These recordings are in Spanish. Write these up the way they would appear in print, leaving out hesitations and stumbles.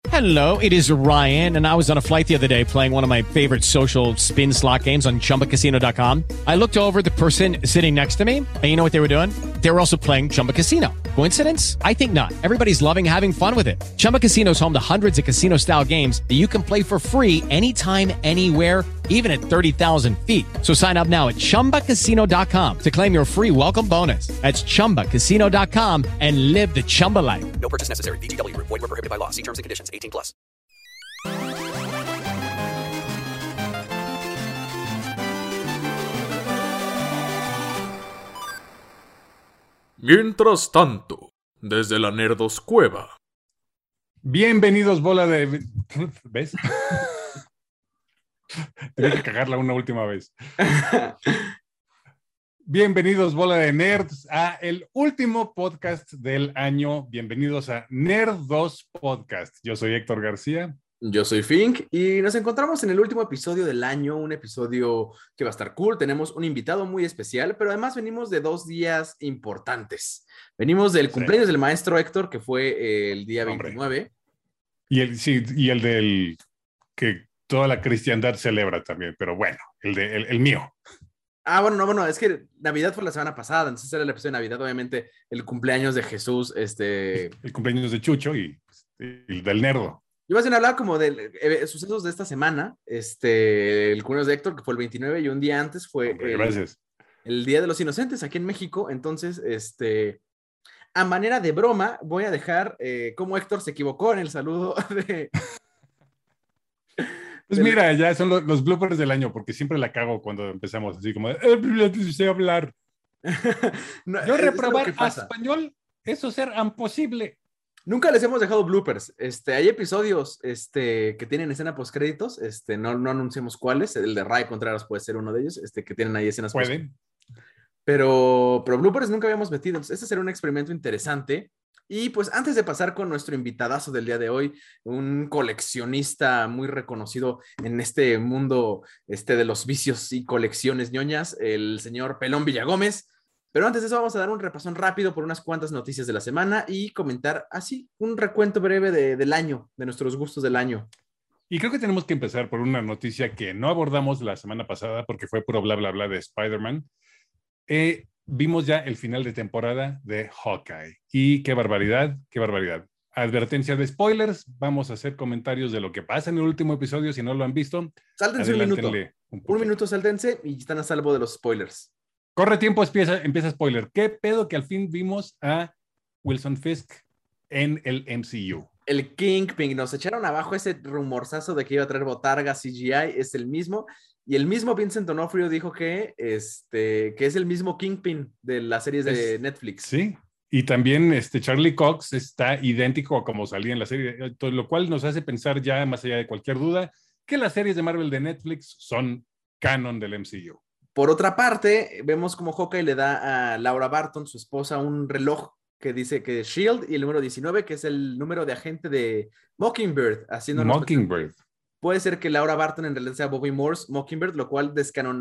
Hello, it is Ryan, and I was on a flight the other day playing one of my favorite social spin slot games on ChumbaCasino.com. I looked over at the person sitting next to me, and you know what they were doing? They were also playing Chumba Casino. Coincidence? I think not. Everybody's loving having fun with it. Chumba Casino is home to hundreds of casino-style games that you can play for free anytime, anywhere, even at 30,000 feet. So sign up now at ChumbaCasino.com to claim your free welcome bonus. That's ChumbaCasino.com and live the Chumba life. No purchase necessary. VGW. Void where prohibited by law. See terms and conditions. 18 plus. Mientras tanto, desde la Nerdos Cueva. Bienvenidos, bola de... ¿Ves? Tenía que cagarla una última vez. Bienvenidos, bola de nerds, a el último podcast del año. Bienvenidos a Nerd2 Podcast. Yo soy Héctor García. Yo soy Fink y nos encontramos en el último episodio del año, un episodio que va a estar cool. Tenemos un invitado muy especial, pero además venimos de 2 días importantes. Venimos del cumpleaños del maestro Héctor, que fue el día 29. Y el del que toda la cristiandad celebra también, pero bueno, el mío. Ah, bueno, es que Navidad fue la semana pasada, entonces era el episodio de Navidad, obviamente el cumpleaños de Jesús, El cumpleaños de Chucho y del Nerdo. Yo más bien hablaba como de sucesos de esta semana, el cumpleaños de Héctor, que fue el 29, y un día antes fue el Día de los Inocentes aquí en México. Entonces, a manera de broma, voy a dejar cómo Héctor se equivocó en el saludo de... Pues mira, ya son los bloopers del año, porque siempre la cago cuando empezamos, así como, sé hablar. No, yo reprobar a español, eso ser imposible. Nunca les hemos dejado bloopers. Hay episodios que tienen escena postcréditos, no anunciamos cuáles. El de Ray Contreras puede ser uno de ellos, que tienen ahí escenas postcréditos. Pero bloopers nunca habíamos metido. Entonces, este será un experimento interesante. Y pues antes de pasar con nuestro invitadazo del día de hoy, un coleccionista muy reconocido en este mundo de los vicios y colecciones ñoñas, el señor Pelón Villagómez. Pero antes de eso vamos a dar un repasón rápido por unas cuantas noticias de la semana y comentar así un recuento breve del año, de nuestros gustos del año. Y creo que tenemos que empezar por una noticia que no abordamos la semana pasada porque fue puro bla bla bla de Spider-Man. Vimos ya el final de temporada de Hawkeye. Y qué barbaridad, qué barbaridad. Advertencia de spoilers, vamos a hacer comentarios de lo que pasa en el último episodio. Si no lo han visto, sáltense un minuto. Un minuto, sáltense y están a salvo de los spoilers. Corre tiempo, empieza spoiler. ¿Qué pedo que al fin vimos a Wilson Fisk en el MCU? El Kingpin, nos echaron abajo ese rumorzazo de que iba a traer botarga CGI, es el mismo. Y el mismo Vincent D'Onofrio dijo que es el mismo Kingpin de las series de Netflix. Sí, y también Charlie Cox está idéntico a como salía en la serie, lo cual nos hace pensar ya, más allá de cualquier duda, que las series de Marvel de Netflix son canon del MCU. Por otra parte, vemos como Hawkeye le da a Laura Barton, su esposa, un reloj que dice que es S.H.I.E.L.D. y el número 19, que es el número de agente de Mockingbird. Mockingbird. Puede ser que Laura Barton en realidad sea Bobby Moore's Mockingbird, lo cual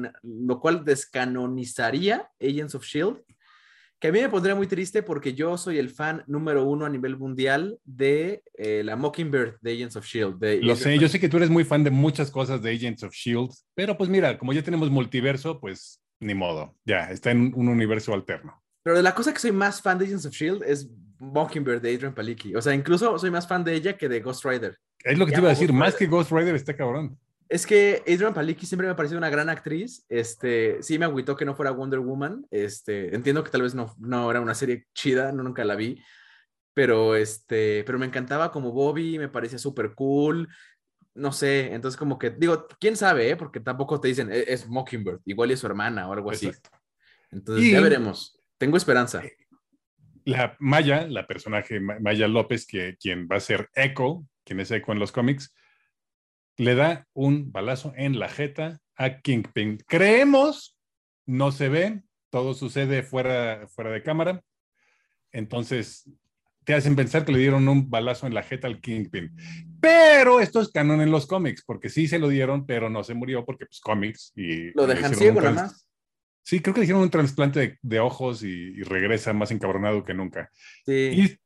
descanonizaría Agents of S.H.I.E.L.D., que a mí me pondría muy triste porque yo soy el fan número 1 a nivel mundial de la Mockingbird de Agents of S.H.I.E.L.D. Lo sé, yo sé que tú eres muy fan de muchas cosas de Agents of S.H.I.E.L.D., pero pues mira, como ya tenemos multiverso, pues ni modo, ya, está en un universo alterno. Pero de la cosa que soy más fan de Agents of S.H.I.E.L.D. es Mockingbird de Adrian Palicki. O sea, incluso soy más fan de ella que de Ghost Rider. Es lo que te iba a decir, más que Ghost Rider está cabrón. Es que Adrian Palicki siempre me ha parecido una gran actriz. Sí me agüitó que no fuera Wonder Woman. Entiendo que tal vez no era una serie chida, nunca la vi. Pero me encantaba como Bobby, me parecía súper cool. No sé, entonces como que, digo, quién sabe, porque tampoco te dicen, es Mockingbird, igual es su hermana o algo así. Entonces ya veremos. Tengo esperanza. La Maya, la personaje Maya López, quien va a ser Echo, quien es Echo en los cómics, le da un balazo en la jeta a Kingpin. Creemos, no se ve, todo sucede fuera de cámara. Entonces, te hacen pensar que le dieron un balazo en la jeta al Kingpin. Pero esto es canon en los cómics, porque sí se lo dieron, pero no se murió porque pues cómics. Y lo dejan ciego nada más. Sí, creo que le hicieron un trasplante de ojos y regresa más encabronado que nunca. Sí.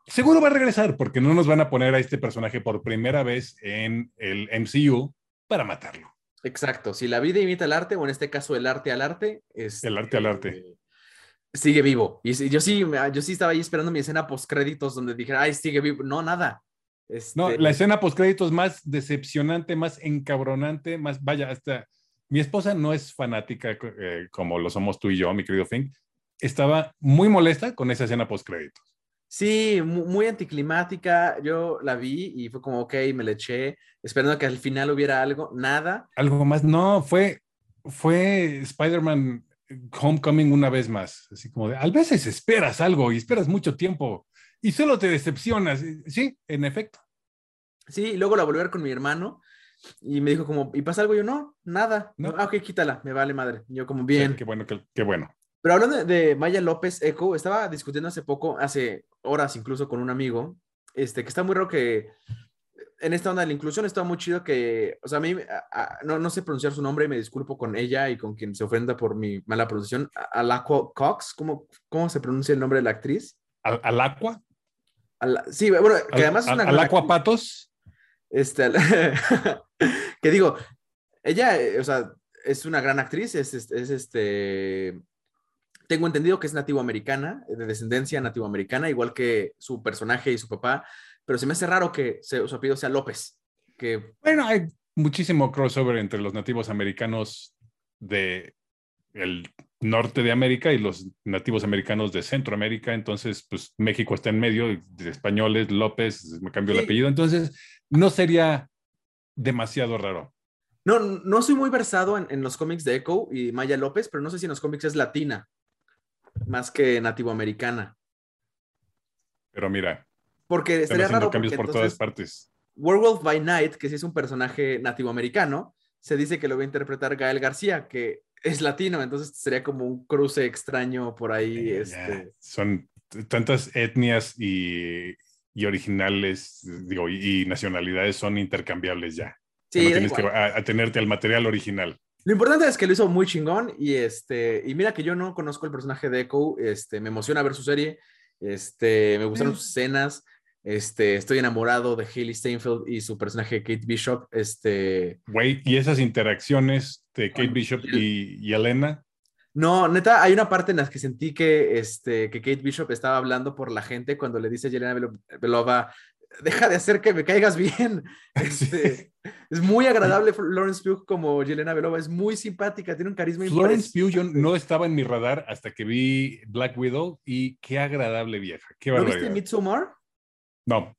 seguro va a regresar, porque no nos van a poner a este personaje por primera vez en el MCU para matarlo. Exacto. Si la vida imita el arte, o en este caso el arte al arte, El arte al arte. sigue vivo. Y yo sí estaba ahí esperando mi escena post créditos donde dijera, ay, sigue vivo. No, nada. No, la escena post créditos más decepcionante, más encabronante, más, vaya, hasta mi esposa no es fanática como lo somos tú y yo, mi querido Fink. Estaba muy molesta con esa escena post créditos. Sí, muy anticlimática. Yo la vi y fue como, ok, me le eché, esperando que al final hubiera algo. Nada. Algo más, no, fue Spider-Man Homecoming una vez más. Así como de, a veces esperas algo y esperas mucho tiempo y solo te decepcionas. Sí, en efecto. Sí, y luego la volví a ver con mi hermano y me dijo como, ¿y pasa algo? Yo, no, nada. No. Ah, ok, quítala, me vale madre. Y yo como, bien. Sí, qué bueno. Pero hablando de Maya López Echo, estaba discutiendo hace horas incluso con un amigo, que está muy raro que en esta onda de la inclusión está muy chido que, o sea, a mí no sé pronunciar su nombre y me disculpo con ella y con quien se ofenda por mi mala pronunciación. Alaqua Cox, ¿cómo se pronuncia el nombre de la actriz? ¿Al Aqua? Sí, bueno, que además es una gran ¿Al Aqua actriz. Patos? Que digo, ella, o sea, es una gran actriz, tengo entendido que es nativoamericana, de descendencia nativoamericana, igual que su personaje y su papá, pero se me hace raro que su apellido sea López. Bueno, hay muchísimo crossover entre los nativos americanos del norte de América y los nativos americanos de Centroamérica, entonces pues México está en medio, de españoles, López, me cambió el apellido, entonces no sería demasiado raro. No soy muy versado en los cómics de Echo y Maya López, pero no sé si en los cómics es latina, más que nativoamericana. Pero mira, Porque están estaría haciendo raro cambios porque por todas partes. Werewolf by Night, que sí es un personaje nativoamericano, se dice que lo va a interpretar Gael García, que es latino, entonces sería como un cruce extraño por ahí. Son tantas etnias y originales, digo, y nacionalidades son intercambiables ya. Sí, no tienes que atenerte al material original. Lo importante es que lo hizo muy chingón y mira que yo no conozco el personaje de Echo, me emociona ver su serie, me gustaron sus escenas, estoy enamorado de Hailey Steinfeld y su personaje Kate Bishop, Güey, y esas interacciones de Kate Bishop y Elena. No, neta, hay una parte en la que sentí que Kate Bishop estaba hablando por la gente cuando le dice a Yelena Belova, deja de hacer que me caigas bien. Sí. Es muy agradable Florence Pugh como Yelena Belova, es muy simpática, tiene un carisma Florence Pugh yo no estaba en mi radar hasta que vi Black Widow y qué agradable vieja, qué ¿No barbaridad. viste Midsommar? No.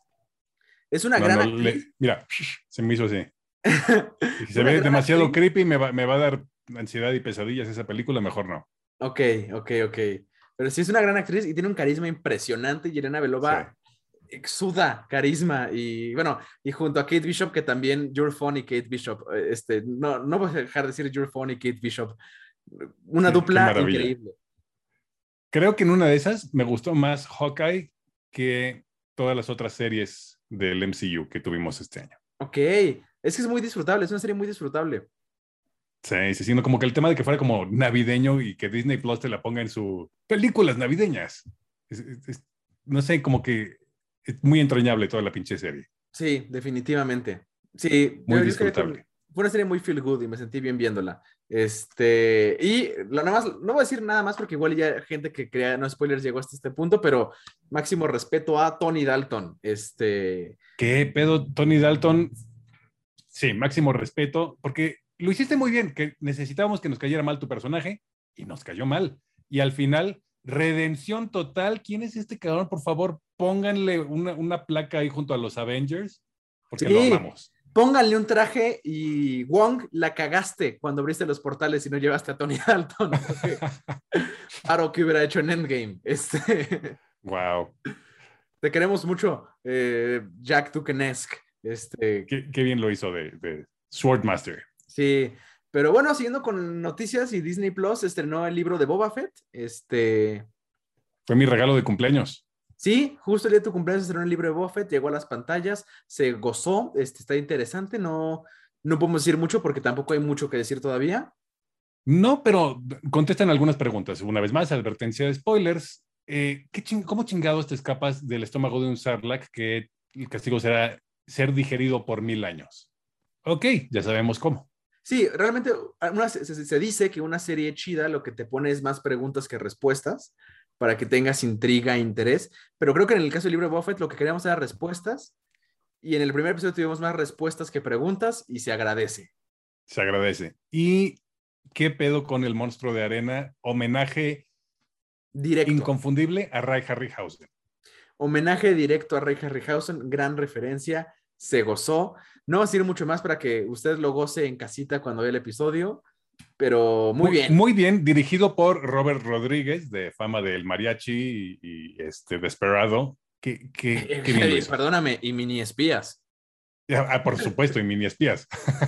Es una gran actriz. Mira, se me hizo así. Si se ve demasiado actriz. Creepy, me va a dar ansiedad y pesadillas esa película, mejor no. Ok. Pero sí es una gran actriz y tiene un carisma impresionante. Yelena Belova exuda carisma y bueno, y junto a Kate Bishop, que también You're Funny Kate Bishop, no voy a dejar de decir You're Funny Kate Bishop, una dupla increíble. Creo que en una de esas me gustó más Hawkeye que todas las otras series del MCU que tuvimos este año. Ok, es que es muy disfrutable, es una serie muy disfrutable. Sí, sino como que el tema de que fuera como navideño y que Disney Plus te la ponga en sus películas navideñas. No sé, como que es muy entrañable toda la pinche serie. Sí, definitivamente. Sí, muy disfrutable. Fue una serie muy feel good y me sentí bien viéndola. Y nada más, no voy a decir nada más porque igual ya hay gente que crea, no spoilers, llegó hasta este punto, pero máximo respeto a Tony Dalton. ¿Qué pedo, Tony Dalton? Sí, máximo respeto, porque lo hiciste muy bien, que necesitábamos que nos cayera mal tu personaje y nos cayó mal. Y al final, redención total. ¿Quién es este cabrón? Por favor, pónganle una placa ahí junto a los Avengers, porque sí, lo amamos. Pónganle un traje y Wong, la cagaste cuando abriste los portales y no llevaste a Tony Dalton. Claro que hubiera hecho en Endgame. Wow. Te queremos mucho, Jack Tukenesk. Qué bien lo hizo de Swordmaster. Sí, pero bueno, siguiendo con noticias y Disney Plus estrenó el libro de Boba Fett. Fue mi regalo de cumpleaños. Sí, justo el día de tu cumpleaños estrenó el libro de Boba Fett, llegó a las pantallas, se gozó, está interesante, no podemos decir mucho porque tampoco hay mucho que decir todavía. No, pero contestan algunas preguntas. Una vez más, advertencia de spoilers. ¿cómo chingados te escapas del estómago de un Sarlacc que el castigo será ser digerido por 1000 años? Ok, ya sabemos cómo. Sí, realmente se dice que una serie chida lo que te pone es más preguntas que respuestas para que tengas intriga e interés, pero creo que en el caso del libro de Boba Fett lo que queríamos era respuestas y en el primer episodio tuvimos más respuestas que preguntas y se agradece. Se agradece. ¿Y qué pedo con el monstruo de arena? Homenaje Directo. inconfundible a Ray Harryhausen. Homenaje directo a Ray Harryhausen, gran referencia, se gozó. No va a decir mucho más para que usted lo goce en casita cuando vea el episodio, pero muy bien. Muy bien, dirigido por Robert Rodríguez, de fama del mariachi y Desperado. Qué bien lo hizo. Perdóname, y mini espías. Por supuesto, y mini espías.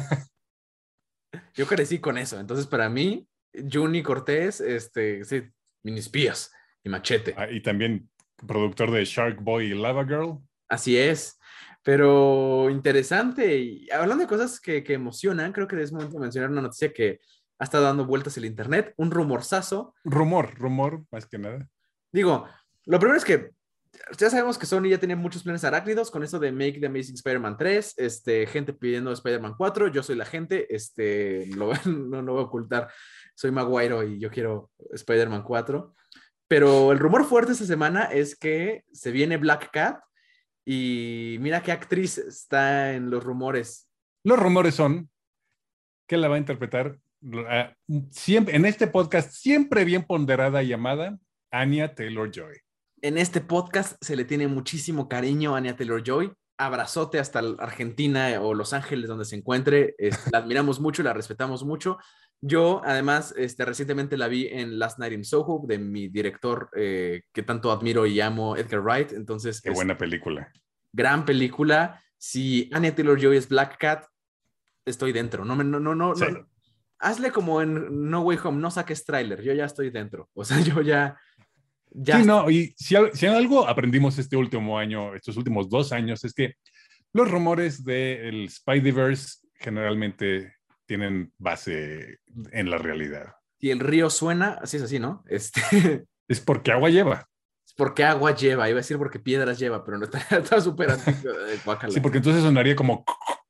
Yo crecí con eso, entonces para mí, Juni Cortés, sí, mini espías y Machete. Y también productor de Shark Boy y Lava Girl. Así es, pero interesante. Y hablando de cosas que emocionan, creo que es momento de mencionar una noticia que ha estado dando vueltas en el internet, un rumorzazo. Rumor, más que nada. Digo, lo primero es que ya sabemos que Sony ya tiene muchos planes arácnidos con eso de Make the Amazing Spider-Man 3, gente pidiendo Spider-Man 4, yo soy la gente, no lo voy a ocultar, soy Maguire y yo quiero Spider-Man 4, pero el rumor fuerte esta semana es que se viene Black Cat y mira qué actriz está en los rumores. Los rumores son que la va a interpretar siempre, en este podcast siempre bien ponderada y amada Anya Taylor-Joy. En este podcast se le tiene muchísimo cariño a Anya Taylor-Joy. Abrazote hasta Argentina o Los Ángeles, donde se encuentre. La admiramos mucho, la respetamos mucho. Yo, además, recientemente la vi en Last Night in Soho, de mi director que tanto admiro y amo, Edgar Wright. Entonces, qué buena película. Gran película. Si Anya Taylor-Joy es Black Cat, estoy dentro. No. Sí. No. Hazle como en No Way Home, no saques tráiler. Yo ya estoy dentro. O sea, yo ya... Sí, no, y si algo aprendimos estos últimos 2 años, es que los rumores del Spideyverse generalmente tienen base en la realidad. Y el río suena, así es así, ¿no? Es porque agua lleva. Es porque agua lleva, iba a decir porque piedras lleva, pero no está súper antiguo. Sí, porque entonces sonaría como...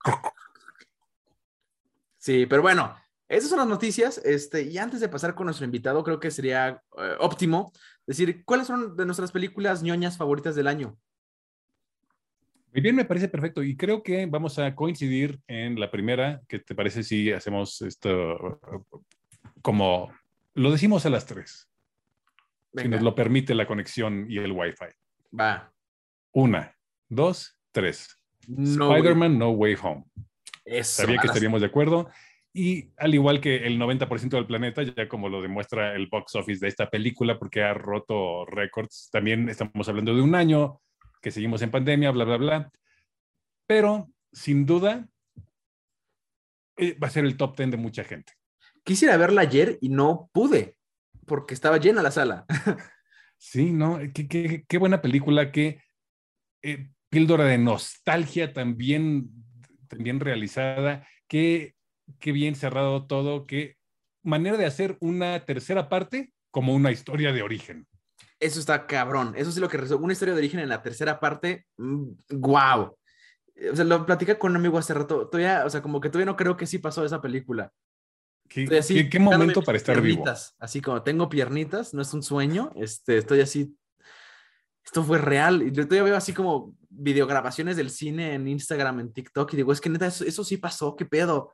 Sí, pero bueno, esas son las noticias, y antes de pasar con nuestro invitado, creo que sería óptimo decir, ¿cuáles son de nuestras películas ñoñas favoritas del año? Muy bien, me parece perfecto, y creo que vamos a coincidir en la primera. ¿Qué te parece si hacemos esto como lo decimos a las 3? Venga. Si nos lo permite la conexión y el Wi-Fi. Va. 1, 2, 3. No Spider-Man No Way Home. Eso. Sabía que estaríamos de acuerdo. Y al igual que el 90% del planeta, ya como lo demuestra el box office de esta película, porque ha roto récords, también estamos hablando de un año, que seguimos en pandemia, bla, bla, bla. Pero, sin duda, va a ser el top 10 de mucha gente. Quisiera verla ayer y no pude, porque estaba llena la sala. Sí, ¿no? Qué buena película, qué píldora de nostalgia también realizada, qué bien cerrado todo, qué manera de hacer una tercera parte como una historia de origen. Eso está cabrón. Eso sí lo que resuelve. Una historia de origen en la tercera parte, ¡guau! O sea, lo platicé con un amigo hace rato. Todavía, o sea, como que todavía no creo que sí pasó esa película. ¿Qué momento para estar vivo? Así como tengo piernitas, no es un sueño. Estoy así. Esto fue real. Y yo todavía veo así como videograbaciones del cine en Instagram, en TikTok, y digo, es que neta, eso sí pasó, ¿qué pedo?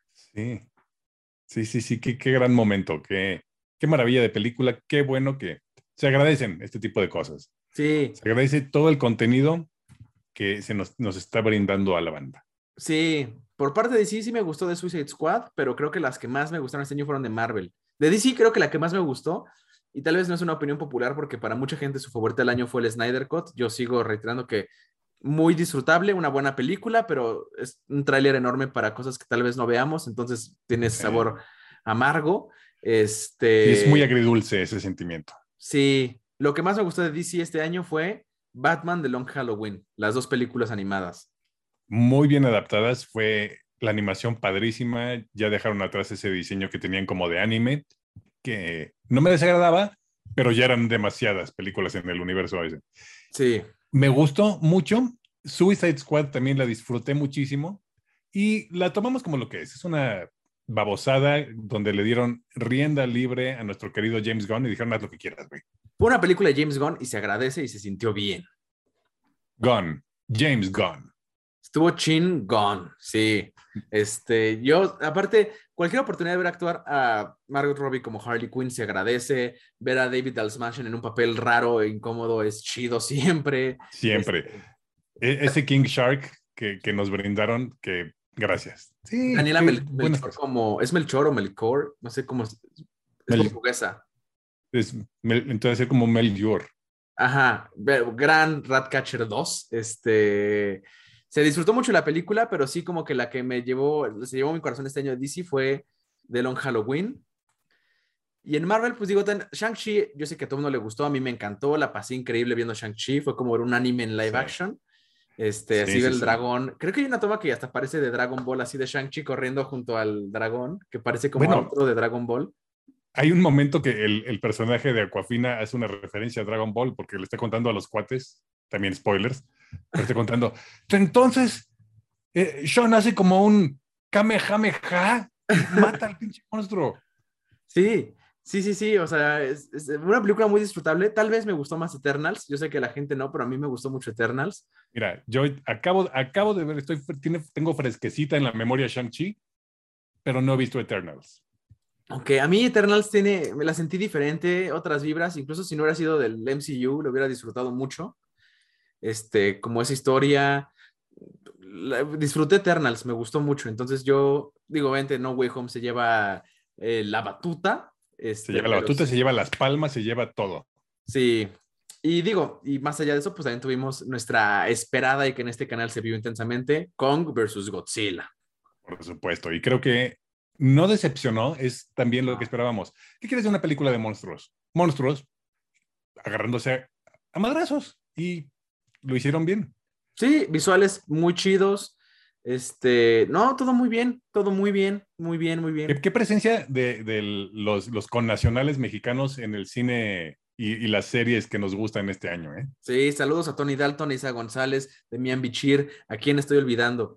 Sí, qué gran momento, qué maravilla de película, qué bueno que se agradecen este tipo de cosas. Sí. Se agradece todo el contenido que se nos está brindando a la banda. Sí, por parte de DC sí me gustó de Suicide Squad, pero creo que las que más me gustaron este año fueron de Marvel. De DC creo que la que más me gustó, y tal vez no es una opinión popular porque para mucha gente su favorita del año fue el Snyder Cut. Yo sigo reiterando que muy disfrutable, una buena película, pero es un tráiler enorme para cosas que tal vez no veamos, entonces tiene sabor amargo. Sí, es muy agridulce ese sentimiento. Sí, lo que más me gustó de DC este año fue Batman The Long Halloween, las 2 películas animadas. Muy bien adaptadas, fue la animación padrísima, ya dejaron atrás ese diseño que tenían como de anime, que no me desagradaba, pero ya eran demasiadas películas en el universo ese. Sí. Me gustó mucho. Suicide Squad también la disfruté muchísimo y la tomamos como lo que es. Es una babosada donde le dieron rienda libre a nuestro querido James Gunn y dijeron, haz lo que quieras, güey. Fue una película de James Gunn y se agradece y se sintió bien. Gunn, James Gunn. Estuvo chingón, sí. Yo, aparte, cualquier oportunidad de ver actuar a Margot Robbie como Harley Quinn se agradece. Ver a David Dalsmashian en un papel raro e incómodo es chido siempre. Siempre. Ese King Shark que nos brindaron, que gracias. Sí, Daniela buenas Melchor cosas. como, ¿es Melchor o Melchor? No sé cómo es portuguesa. Entonces es como Mel Yor. Ajá, gran Ratcatcher 2. Se disfrutó mucho la película, pero sí como que la que se llevó mi corazón este año de DC fue The Long Halloween. Y en Marvel, pues digo, Shang-Chi, yo sé que a todo el mundo le gustó, a mí me encantó, la pasé increíble viendo Shang-Chi, fue como ver un anime en live action. Así ve el dragón. Creo que hay una toma que hasta parece de Dragon Ball, así de Shang-Chi corriendo junto al dragón, que parece como otro de Dragon Ball. Hay un momento que el personaje de Aquafina hace una referencia a Dragon Ball porque le está contando a los cuates, también spoilers, le está contando. Entonces, Sean hace como un Kamehameha y mata al pinche monstruo. Sí, o sea, es una película muy disfrutable. Tal vez me gustó más Eternals, yo sé que la gente no, pero a mí me gustó mucho Eternals. Mira, yo acabo de ver, tengo fresquecita en la memoria Shang-Chi, pero no he visto Eternals. Aunque a mí Eternals me la sentí diferente, otras vibras, incluso si no hubiera sido del MCU, lo hubiera disfrutado mucho. Como esa historia, disfruté Eternals, me gustó mucho. Entonces yo digo, vente, No Way Home se lleva la batuta. Se lleva la batuta, se lleva las palmas, se lleva todo. Sí, y digo, y más allá de eso, pues también tuvimos nuestra esperada y que en este canal se vio intensamente, Kong versus Godzilla. Por supuesto, y creo que no decepcionó, es también lo que esperábamos. ¿Qué quieres de una película de monstruos? Monstruos agarrándose a madrazos y lo hicieron bien. Sí, visuales muy chidos. No, todo muy bien, muy bien. ¿Qué presencia de los connacionales mexicanos en el cine y las series que nos gustan este año, ¿eh? Sí, saludos a Tony Dalton, Isa González, Demian Bichir, ¿a quién estoy olvidando?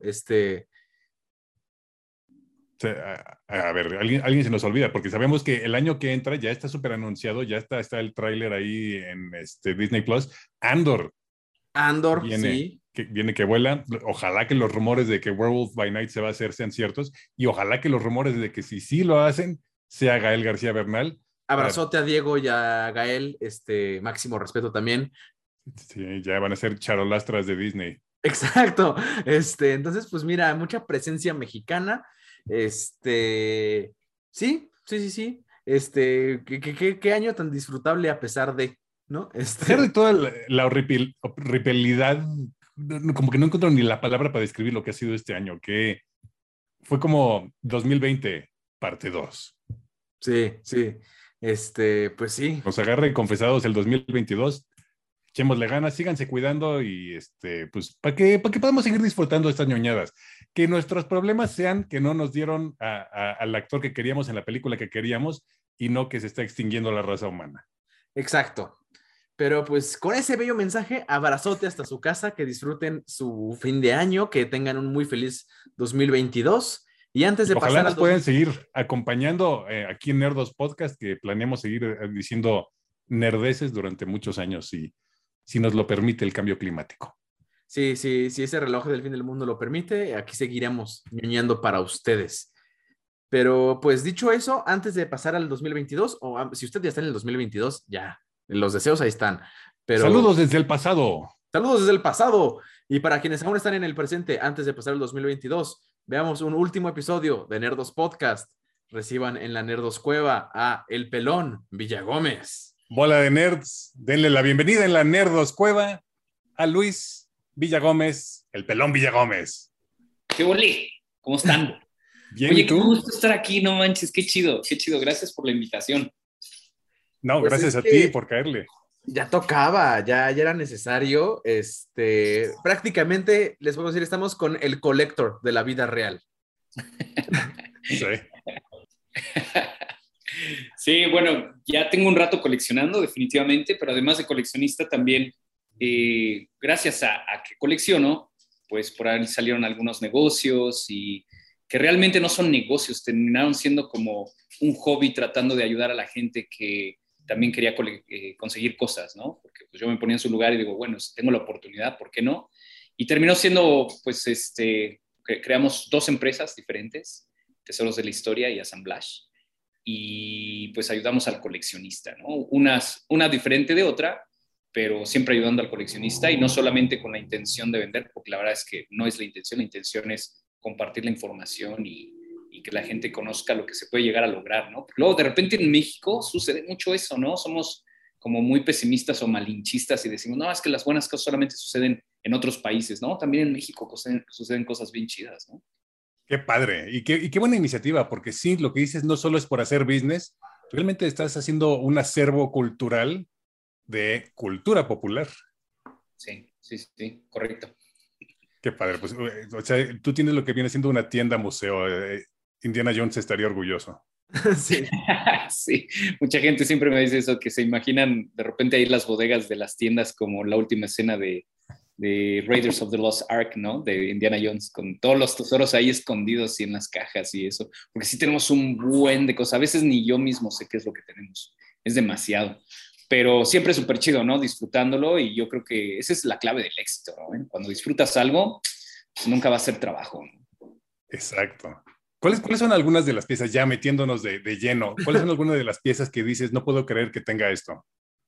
A ver, alguien se nos olvida, porque sabemos que el año que entra ya está súper anunciado, ya está el tráiler ahí en Disney Plus. Andor viene, sí. que vuela. Ojalá que los rumores de que Werewolf by Night se va a hacer sean ciertos, y ojalá que los rumores de que si sí lo hacen, sea Gael García Bernal. Abrazote a Diego y a Gael, máximo respeto también. Sí, ya van a ser charolastras de Disney. Exacto. Entonces, pues mira, mucha presencia mexicana. Sí. ¿Qué año tan disfrutable a pesar de, ¿no? A pesar de toda la horripilidad, como que no encuentro ni la palabra para describir lo que ha sido este año, que fue como 2020, parte 2. Sí. Pues sí. Nos agarre confesados el 2022. Echémosle ganas, síganse cuidando y pues para que podamos seguir disfrutando estas ñoñadas. Que nuestros problemas sean que no nos dieron al actor que queríamos en la película que queríamos y no que se está extinguiendo la raza humana. Exacto. Pero pues con ese bello mensaje, abrazote hasta su casa, que disfruten su fin de año, que tengan un muy feliz 2022. Y antes de ojalá pasar nos pueden seguir acompañando aquí en Nerdos Podcast, que planeamos seguir diciendo nerdeces durante muchos años y si nos lo permite el cambio climático. Sí, si ese reloj del fin del mundo lo permite, aquí seguiremos ñoñando para ustedes. Pero pues dicho eso, antes de pasar al 2022, o si usted ya está en el 2022, ya, los deseos ahí están. Pero... Saludos desde el pasado. Saludos desde el pasado. Y para quienes aún están en el presente, antes de pasar al 2022, veamos un último episodio de Nerdos Podcast. Reciban en la Nerdos Cueva a El Pelón Villagómez. Bola de nerds, denle la bienvenida en la Nerdos Cueva a Luis Villagómez, el Pelón Villagómez. ¡Qué bolé! ¿Cómo están? Bien, Oye, ¿y tú? qué gusto estar aquí, no manches, qué chido. Gracias por la invitación. No, Pues gracias a ti por caerle. Ya tocaba, ya era necesario. Prácticamente, les puedo decir, estamos con el Collector de la vida real. Sí. Sí, bueno, ya tengo un rato coleccionando, definitivamente, pero además de coleccionista también, gracias a que colecciono, pues por ahí salieron algunos negocios y que realmente no son negocios, terminaron siendo como un hobby tratando de ayudar a la gente que también quería conseguir cosas, ¿no? Porque pues, yo me ponía en su lugar y digo, bueno, si tengo la oportunidad, ¿por qué no? Y terminó siendo, pues, creamos 2 empresas diferentes, Tesoros de la Historia y Assemblage, y pues ayudamos al coleccionista, ¿no? Una diferente de otra, pero siempre ayudando al coleccionista y no solamente con la intención de vender, porque la verdad es que no es la intención es compartir la información y que la gente conozca lo que se puede llegar a lograr, ¿no? Porque luego de repente en México sucede mucho eso, ¿no? Somos como muy pesimistas o malinchistas y decimos, no, es que las buenas cosas solamente suceden en otros países, ¿no? También en México suceden cosas bien chidas, ¿no? Qué padre y qué buena iniciativa, porque sí, lo que dices no solo es por hacer business, realmente estás haciendo un acervo cultural de cultura popular. Sí, sí, sí, correcto. Qué padre, pues, o sea, tú tienes lo que viene siendo una tienda museo. Indiana Jones estaría orgulloso. Sí. Sí, mucha gente siempre me dice eso, que se imaginan de repente ahí las bodegas de las tiendas como la última escena de Raiders of the Lost Ark, ¿no? De Indiana Jones, con todos los tesoros ahí escondidos y en las cajas y eso, porque sí tenemos un buen de cosas, a veces ni yo mismo sé qué es lo que tenemos, es demasiado, pero siempre es súper chido, ¿no? Disfrutándolo y yo creo que esa es la clave del éxito, ¿no? Cuando disfrutas algo, pues nunca va a ser trabajo, ¿no? Exacto. ¿Cuáles son algunas de las piezas, ya metiéndonos de lleno, cuáles son algunas de las piezas que dices, no puedo creer que tenga esto?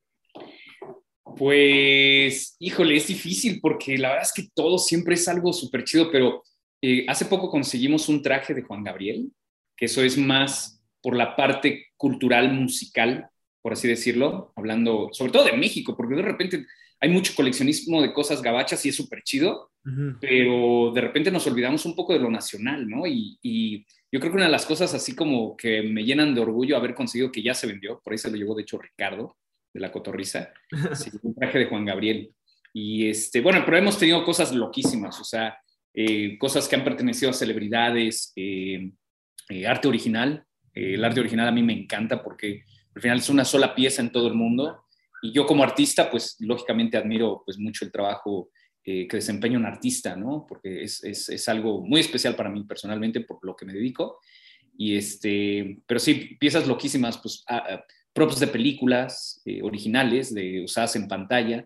Pues, híjole, es difícil porque la verdad es que todo siempre es algo súper chido, pero hace poco conseguimos un traje de Juan Gabriel, que eso es más por la parte cultural, musical, por así decirlo, hablando sobre todo de México, porque de repente hay mucho coleccionismo de cosas gabachas y es súper chido, pero de repente nos olvidamos un poco de lo nacional, ¿no? Y yo creo que una de las cosas así como que me llenan de orgullo haber conseguido que ya se vendió, por ahí se lo llevó de hecho Ricardo, de la Cotorrisa, sí, un traje de Juan Gabriel. Y bueno, pero hemos tenido cosas loquísimas, o sea, cosas que han pertenecido a celebridades, arte original. El arte original a mí me encanta porque al final es una sola pieza en todo el mundo. Y yo como artista, pues lógicamente admiro pues mucho el trabajo que desempeña un artista, ¿no? Porque es algo muy especial para mí personalmente por lo que me dedico. Y pero sí, piezas loquísimas, pues props de películas originales, usadas en pantalla,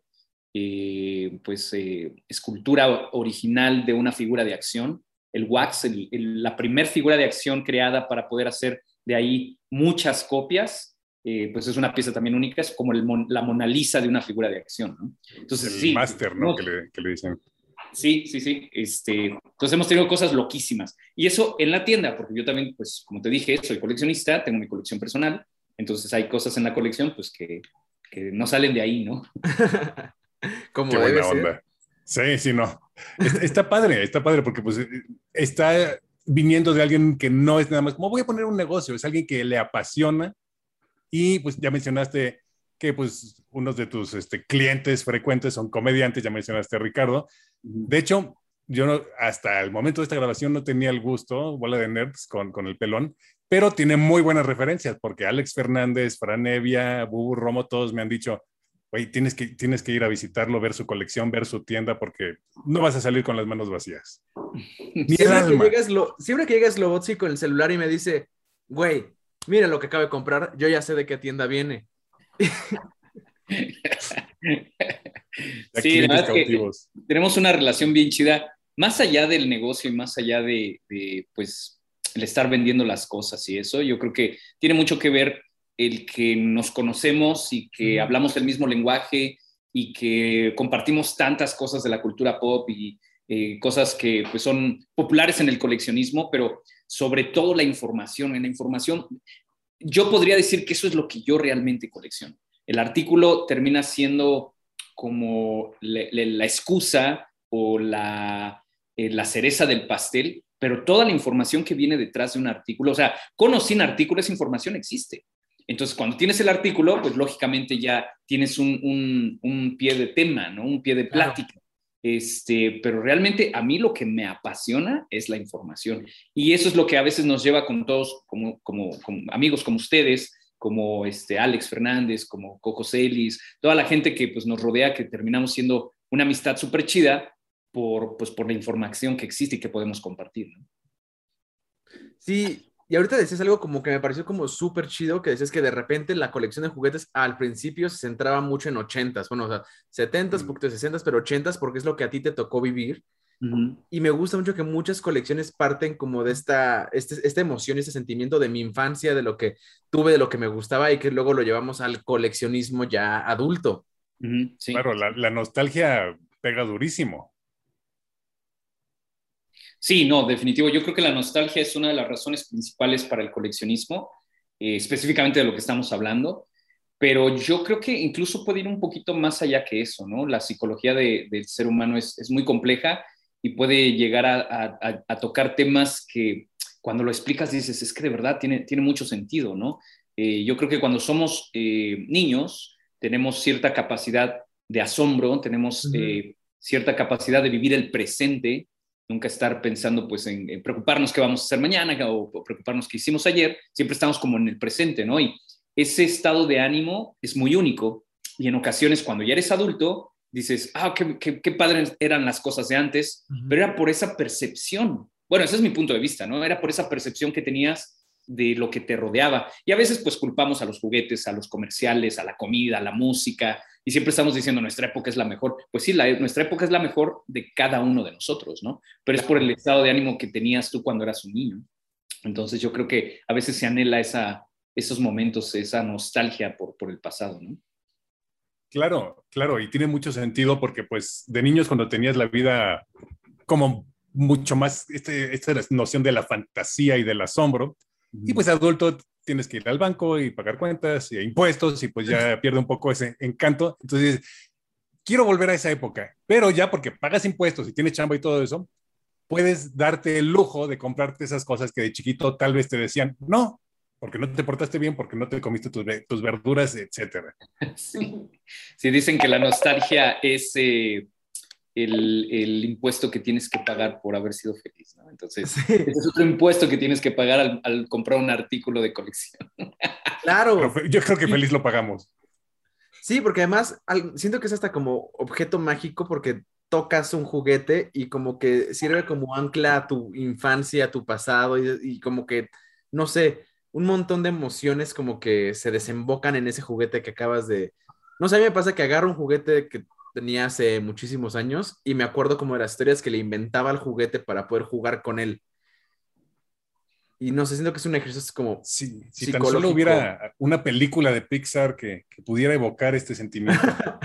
escultura original de una figura de acción, el wax, la primer figura de acción creada para poder hacer de ahí muchas copias, pues es una pieza también única, es como la Mona Lisa de una figura de acción, ¿no? Entonces, El sí, máster, ¿no? Que le dicen. Sí, sí, sí. Entonces hemos tenido cosas loquísimas. Y eso en la tienda, porque yo también, pues, como te dije, soy coleccionista, tengo mi colección personal, entonces hay cosas en la colección, pues, que no salen de ahí, ¿no? Como Qué debe buena ser. onda. Sí, sí, no. Está padre, porque pues está viniendo de alguien que no es nada más como voy a poner un negocio, es alguien que le apasiona y pues ya mencionaste que pues unos de tus clientes frecuentes son comediantes, ya mencionaste a Ricardo. De hecho, yo hasta el momento de esta grabación no tenía el gusto, bola de nerds, con el pelón, pero tiene muy buenas referencias porque Alex Fernández, Fran Evia, Bubu Romo, todos me han dicho, güey, tienes que ir a visitarlo, ver su colección, ver su tienda, porque no vas a salir con las manos vacías. Ni el alma. Siempre que llega Slobotsky con el celular y me dice, güey, mira lo que acabo de comprar, yo ya sé de qué tienda viene. Sí, la verdad es que tenemos una relación bien chida, más allá del negocio y más allá de pues, el estar vendiendo las cosas y eso, yo creo que tiene mucho que ver el que nos conocemos y que hablamos el mismo lenguaje y que compartimos tantas cosas de la cultura pop y cosas que pues, son populares en el coleccionismo, pero sobre todo la información. En la información, yo podría decir que eso es lo que yo realmente colecciono. El artículo termina siendo como la excusa o la cereza del pastel, pero toda la información que viene detrás de un artículo, o sea, con o sin artículo, esa información existe. Entonces, cuando tienes el artículo, pues lógicamente ya tienes un pie de tema, ¿no? Un pie de plática. Claro. pero realmente a mí lo que me apasiona es la información. Y eso es lo que a veces nos lleva con todos, como amigos como ustedes, como Alex Fernández, como Coco Celis, toda la gente que pues, nos rodea, que terminamos siendo una amistad súper chida por la información que existe y que podemos compartir, ¿no? Sí, y ahorita decías algo como que me pareció como súper chido, que decías que de repente la colección de juguetes al principio se centraba mucho en ochentas, bueno, o sea, setentas, poquito de sesentas, pero ochentas porque es lo que a ti te tocó vivir. Y me gusta mucho que muchas colecciones parten como de esta emoción, este sentimiento de mi infancia, de lo que tuve, de lo que me gustaba y que luego lo llevamos al coleccionismo ya adulto. Sí. Claro, la nostalgia pega durísimo. Sí, no, definitivo. Yo creo que la nostalgia es una de las razones principales para el coleccionismo, específicamente de lo que estamos hablando, pero yo creo que incluso puede ir un poquito más allá que eso, ¿no? La psicología del ser humano es muy compleja y puede llegar a tocar temas que cuando lo explicas dices, es que de verdad tiene mucho sentido, ¿no? Yo creo que cuando somos niños tenemos cierta capacidad de asombro, tenemos cierta capacidad de vivir el presente, nunca estar pensando pues en preocuparnos qué vamos a hacer mañana o preocuparnos qué hicimos ayer, siempre estamos como en el presente, ¿no? Y ese estado de ánimo es muy único y en ocasiones cuando ya eres adulto dices, qué padres eran las cosas de antes, pero era por esa percepción. Bueno, ese es mi punto de vista, ¿no? Era por esa percepción que tenías de lo que te rodeaba. Y a veces pues culpamos a los juguetes, a los comerciales, a la comida, a la música, y siempre estamos diciendo nuestra época es la mejor. Pues sí, nuestra época es la mejor de cada uno de nosotros, ¿no? Pero es por el estado de ánimo que tenías tú cuando eras un niño. Entonces yo creo que a veces se anhela esos momentos, esa nostalgia por el pasado, ¿no? Claro, claro, y tiene mucho sentido porque pues de niños cuando tenías la vida como mucho más, esta noción de la fantasía y del asombro, y pues adulto tienes que ir al banco y pagar cuentas y impuestos y pues ya pierde un poco ese encanto. Entonces, quiero volver a esa época, pero ya porque pagas impuestos y tienes chamba y todo eso, puedes darte el lujo de comprarte esas cosas que de chiquito tal vez te decían, no, porque no te portaste bien, porque no te comiste tus verduras, etcétera. Sí, dicen que la nostalgia es el impuesto que tienes que pagar por haber sido feliz, ¿no? Entonces, ese es otro impuesto que tienes que pagar al comprar un artículo de colección. Claro. Pero yo creo que feliz lo pagamos. Sí, porque además siento que es hasta como objeto mágico porque tocas un juguete y como que sirve como ancla a tu infancia, a tu pasado y como que, no sé, un montón de emociones como que se desembocan en ese juguete que acabas de... No sé, a mí me pasa que agarro un juguete que tenía hace muchísimos años y me acuerdo como de las historias que le inventaba al juguete para poder jugar con él. Y no sé, siento que es un ejercicio como si psicológico. Tan solo hubiera una película de Pixar que pudiera evocar este sentimiento.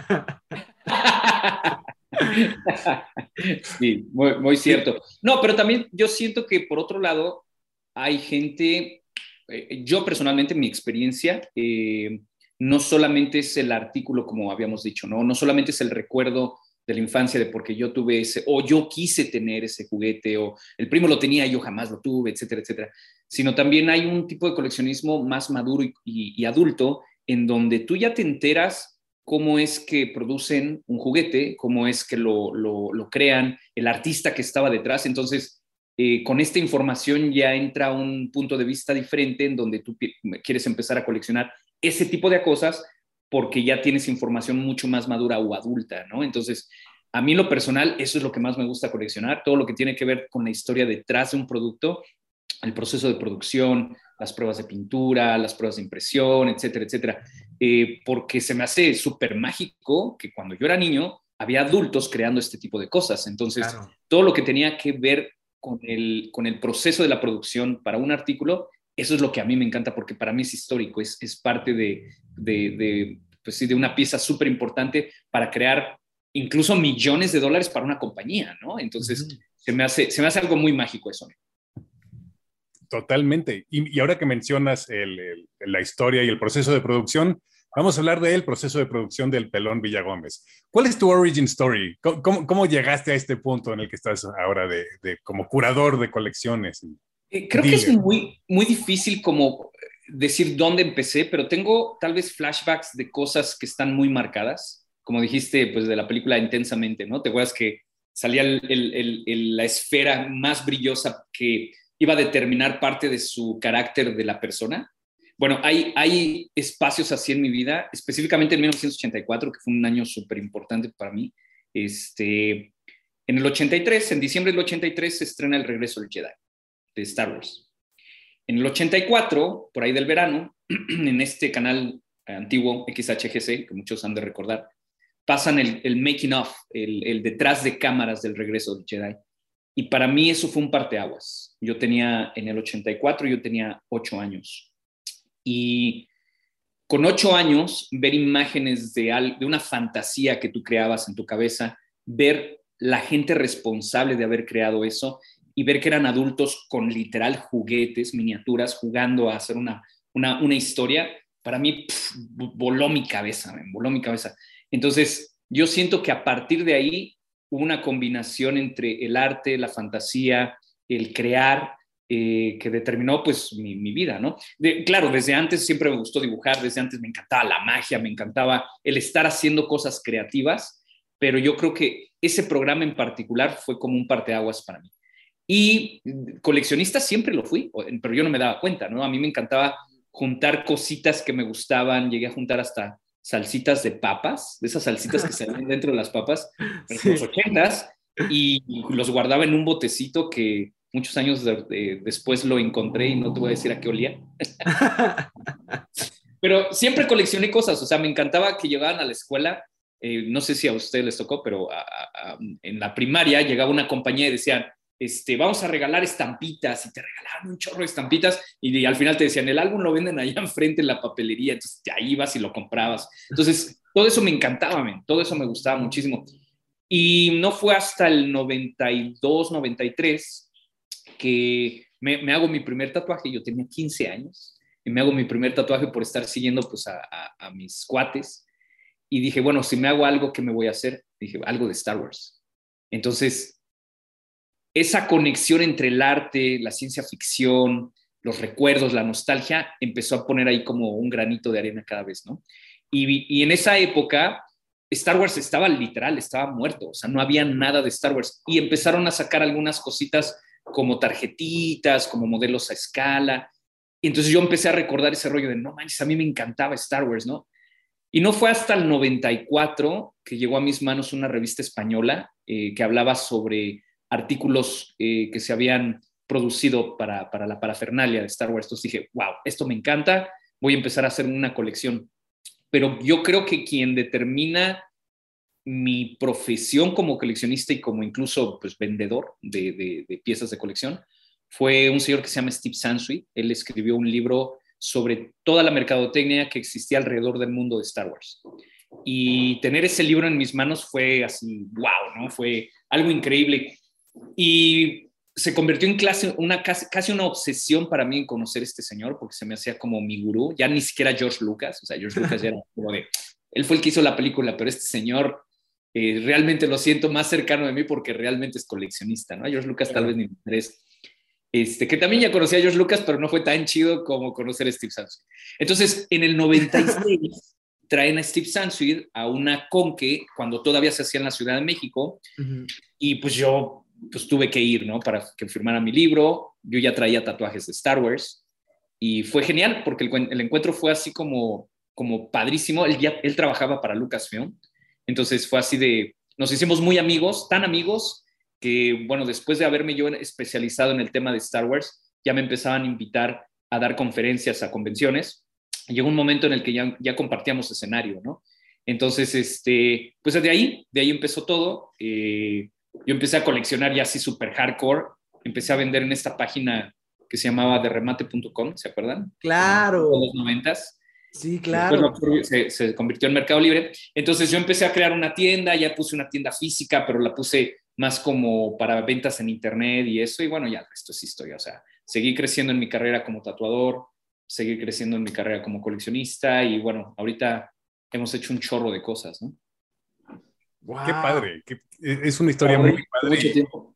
Sí, muy, muy cierto. No, pero también yo siento que por otro lado hay gente, yo personalmente mi experiencia, no solamente es el artículo como habíamos dicho, no solamente es el recuerdo de la infancia de porque yo tuve ese, o yo quise tener ese juguete, o el primo lo tenía y yo jamás lo tuve, etcétera, etcétera, sino también hay un tipo de coleccionismo más maduro y adulto en donde tú ya te enteras cómo es que producen un juguete, cómo es que lo crean, el artista que estaba detrás. Entonces, con esta información ya entra un punto de vista diferente en donde tú quieres empezar a coleccionar ese tipo de cosas porque ya tienes información mucho más madura o adulta, ¿no? Entonces, a mí en lo personal, eso es lo que más me gusta coleccionar, todo lo que tiene que ver con la historia detrás de un producto, el proceso de producción, las pruebas de pintura, las pruebas de impresión, etcétera, etcétera. Porque se me hace súper mágico que cuando yo era niño había adultos creando este tipo de cosas. Entonces, claro, todo lo que tenía que ver con el proceso de la producción para un artículo, eso es lo que a mí me encanta porque para mí es histórico, es parte pues sí, de una pieza súper importante para crear incluso millones de dólares para una compañía, ¿no? Entonces, se me hace algo muy mágico eso. Totalmente. Y ahora que mencionas la historia y el proceso de producción, vamos a hablar del proceso de producción del Pelón Villagómez. ¿Cuál es tu origin story? ¿Cómo llegaste a este punto en el que estás ahora de como curador de colecciones? Creo que es muy, muy difícil como decir dónde empecé, pero tengo tal vez flashbacks de cosas que están muy marcadas. Como dijiste, pues de la película Intensamente, ¿no? ¿Te acuerdas que salía la esfera más brillosa que iba a determinar parte de su carácter de la persona. Bueno, hay espacios así en mi vida, específicamente en 1984, que fue un año súper importante para mí. En el 83, en diciembre del 83, se estrena El Regreso del Jedi, de Star Wars. En el 84, por ahí del verano, en este canal antiguo, XHGC, que muchos han de recordar, pasan el making of, el detrás de cámaras del Regreso del Jedi. Y para mí eso fue un parteaguas. En el 84, yo tenía 8 años. Y con 8 años, ver imágenes de una fantasía que tú creabas en tu cabeza, ver la gente responsable de haber creado eso y ver que eran adultos con literal juguetes, miniaturas, jugando a hacer una historia, para mí voló mi cabeza, voló mi cabeza. Entonces, yo siento que a partir de ahí hubo una combinación entre el arte, la fantasía, el crear, que determinó pues mi vida, ¿no? Claro, desde antes siempre me gustó dibujar, desde antes me encantaba la magia, me encantaba el estar haciendo cosas creativas, pero yo creo que ese programa en particular fue como un parteaguas para mí. Y coleccionista siempre lo fui, pero yo no me daba cuenta, ¿no? A mí me encantaba juntar cositas que me gustaban, llegué a juntar hasta salsitas de papas, de esas salsitas que salían dentro de las papas en los 80s, y los guardaba en un botecito que muchos años después lo encontré y no te voy a decir a qué olía. Pero siempre coleccioné cosas, o sea, me encantaba que llegaban a la escuela, no sé si a ustedes les tocó, pero en la primaria llegaba una compañía y decían, vamos a regalar estampitas, y te regalaban un chorro de estampitas, y al final te decían, el álbum lo venden allá enfrente en la papelería, entonces ahí ibas y lo comprabas. Entonces, todo eso me encantaba, todo eso me gustaba muchísimo. Y no fue hasta el 92, 93 que me hago mi primer tatuaje. Yo tenía 15 años y me hago mi primer tatuaje por estar siguiendo pues, a mis cuates. Y dije, bueno, si me hago algo, ¿qué me voy a hacer? Dije, algo de Star Wars. Entonces, esa conexión entre el arte, la ciencia ficción, los recuerdos, la nostalgia, empezó a poner ahí como un granito de arena cada vez, ¿no? Y en esa época, Star Wars estaba muerto, o sea, no había nada de Star Wars. Y empezaron a sacar algunas cositas como tarjetitas, como modelos a escala. Y entonces yo empecé a recordar ese rollo de, no manches, a mí me encantaba Star Wars, ¿no? Y no fue hasta el 94 que llegó a mis manos una revista española que hablaba sobre artículos que se habían producido para la parafernalia de Star Wars. Entonces dije, wow, esto me encanta, voy a empezar a hacer una colección. Pero yo creo que quien determina mi profesión como coleccionista y como incluso pues, vendedor de piezas de colección fue un señor que se llama Steve Sansweet. Él escribió un libro sobre toda la mercadotecnia que existía alrededor del mundo de Star Wars. Y tener ese libro en mis manos fue así, wow, ¿no? Fue algo increíble. Y se convirtió en casi una obsesión para mí en conocer a este señor, porque se me hacía como mi gurú. Ya ni siquiera George Lucas, o sea, George Lucas ya era como de... Él fue el que hizo la película, pero este señor realmente lo siento más cercano de mí porque realmente es coleccionista, ¿no? A George Lucas tal vez ni me interesa. Que también ya conocía a George Lucas, pero no fue tan chido como conocer a Steve Sansweet. Entonces, en el 96 traen a Steve Sansweet a una conque cuando todavía se hacía en la Ciudad de México, y pues yo tuve que ir, ¿no? Para que firmara mi libro. Yo ya traía tatuajes de Star Wars y fue genial porque el encuentro fue así como padrísimo. Él trabajaba para Lucasfilm, entonces fue así de, nos hicimos muy amigos, tan amigos que, bueno, después de haberme yo especializado en el tema de Star Wars, ya me empezaban a invitar a dar conferencias a convenciones. Llegó un momento en el que ya compartíamos escenario, ¿no? Entonces, pues de ahí empezó todo. Yo empecé a coleccionar ya así súper hardcore. Empecé a vender en esta página que se llamaba derremate.com, ¿se acuerdan? Claro. En los 90s. Sí, claro. Después se convirtió en Mercado Libre. Entonces yo empecé a crear una tienda, ya puse una tienda física, pero la puse más como para ventas en internet y eso. Y bueno, ya el resto es historia. O sea, seguí creciendo en mi carrera como tatuador, seguí creciendo en mi carrera como coleccionista y bueno, ahorita hemos hecho un chorro de cosas, ¿no? Wow. Qué padre. Es una historia muy padre. Mucho tiempo.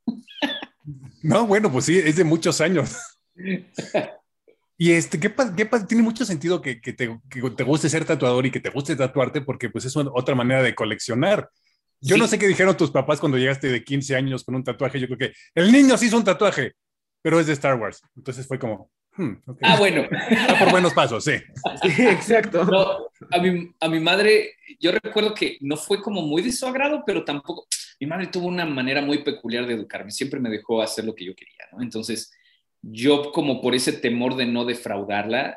No, bueno, pues sí, es de muchos años. Y tiene mucho sentido que te guste ser tatuador y que te guste tatuarte porque pues es otra manera de coleccionar. Yo no Sí. sé qué dijeron tus papás cuando llegaste de 15 años con un tatuaje. Yo creo que el niño se hizo un tatuaje, pero es de Star Wars. Entonces fue como, okay. Ah, bueno. Va por buenos pasos, sí. Sí, exacto. No, a mi madre, yo recuerdo que no fue como muy de su agrado, pero tampoco, mi madre tuvo una manera muy peculiar de educarme, siempre me dejó hacer lo que yo quería, ¿no? Entonces, yo como por ese temor de no defraudarla,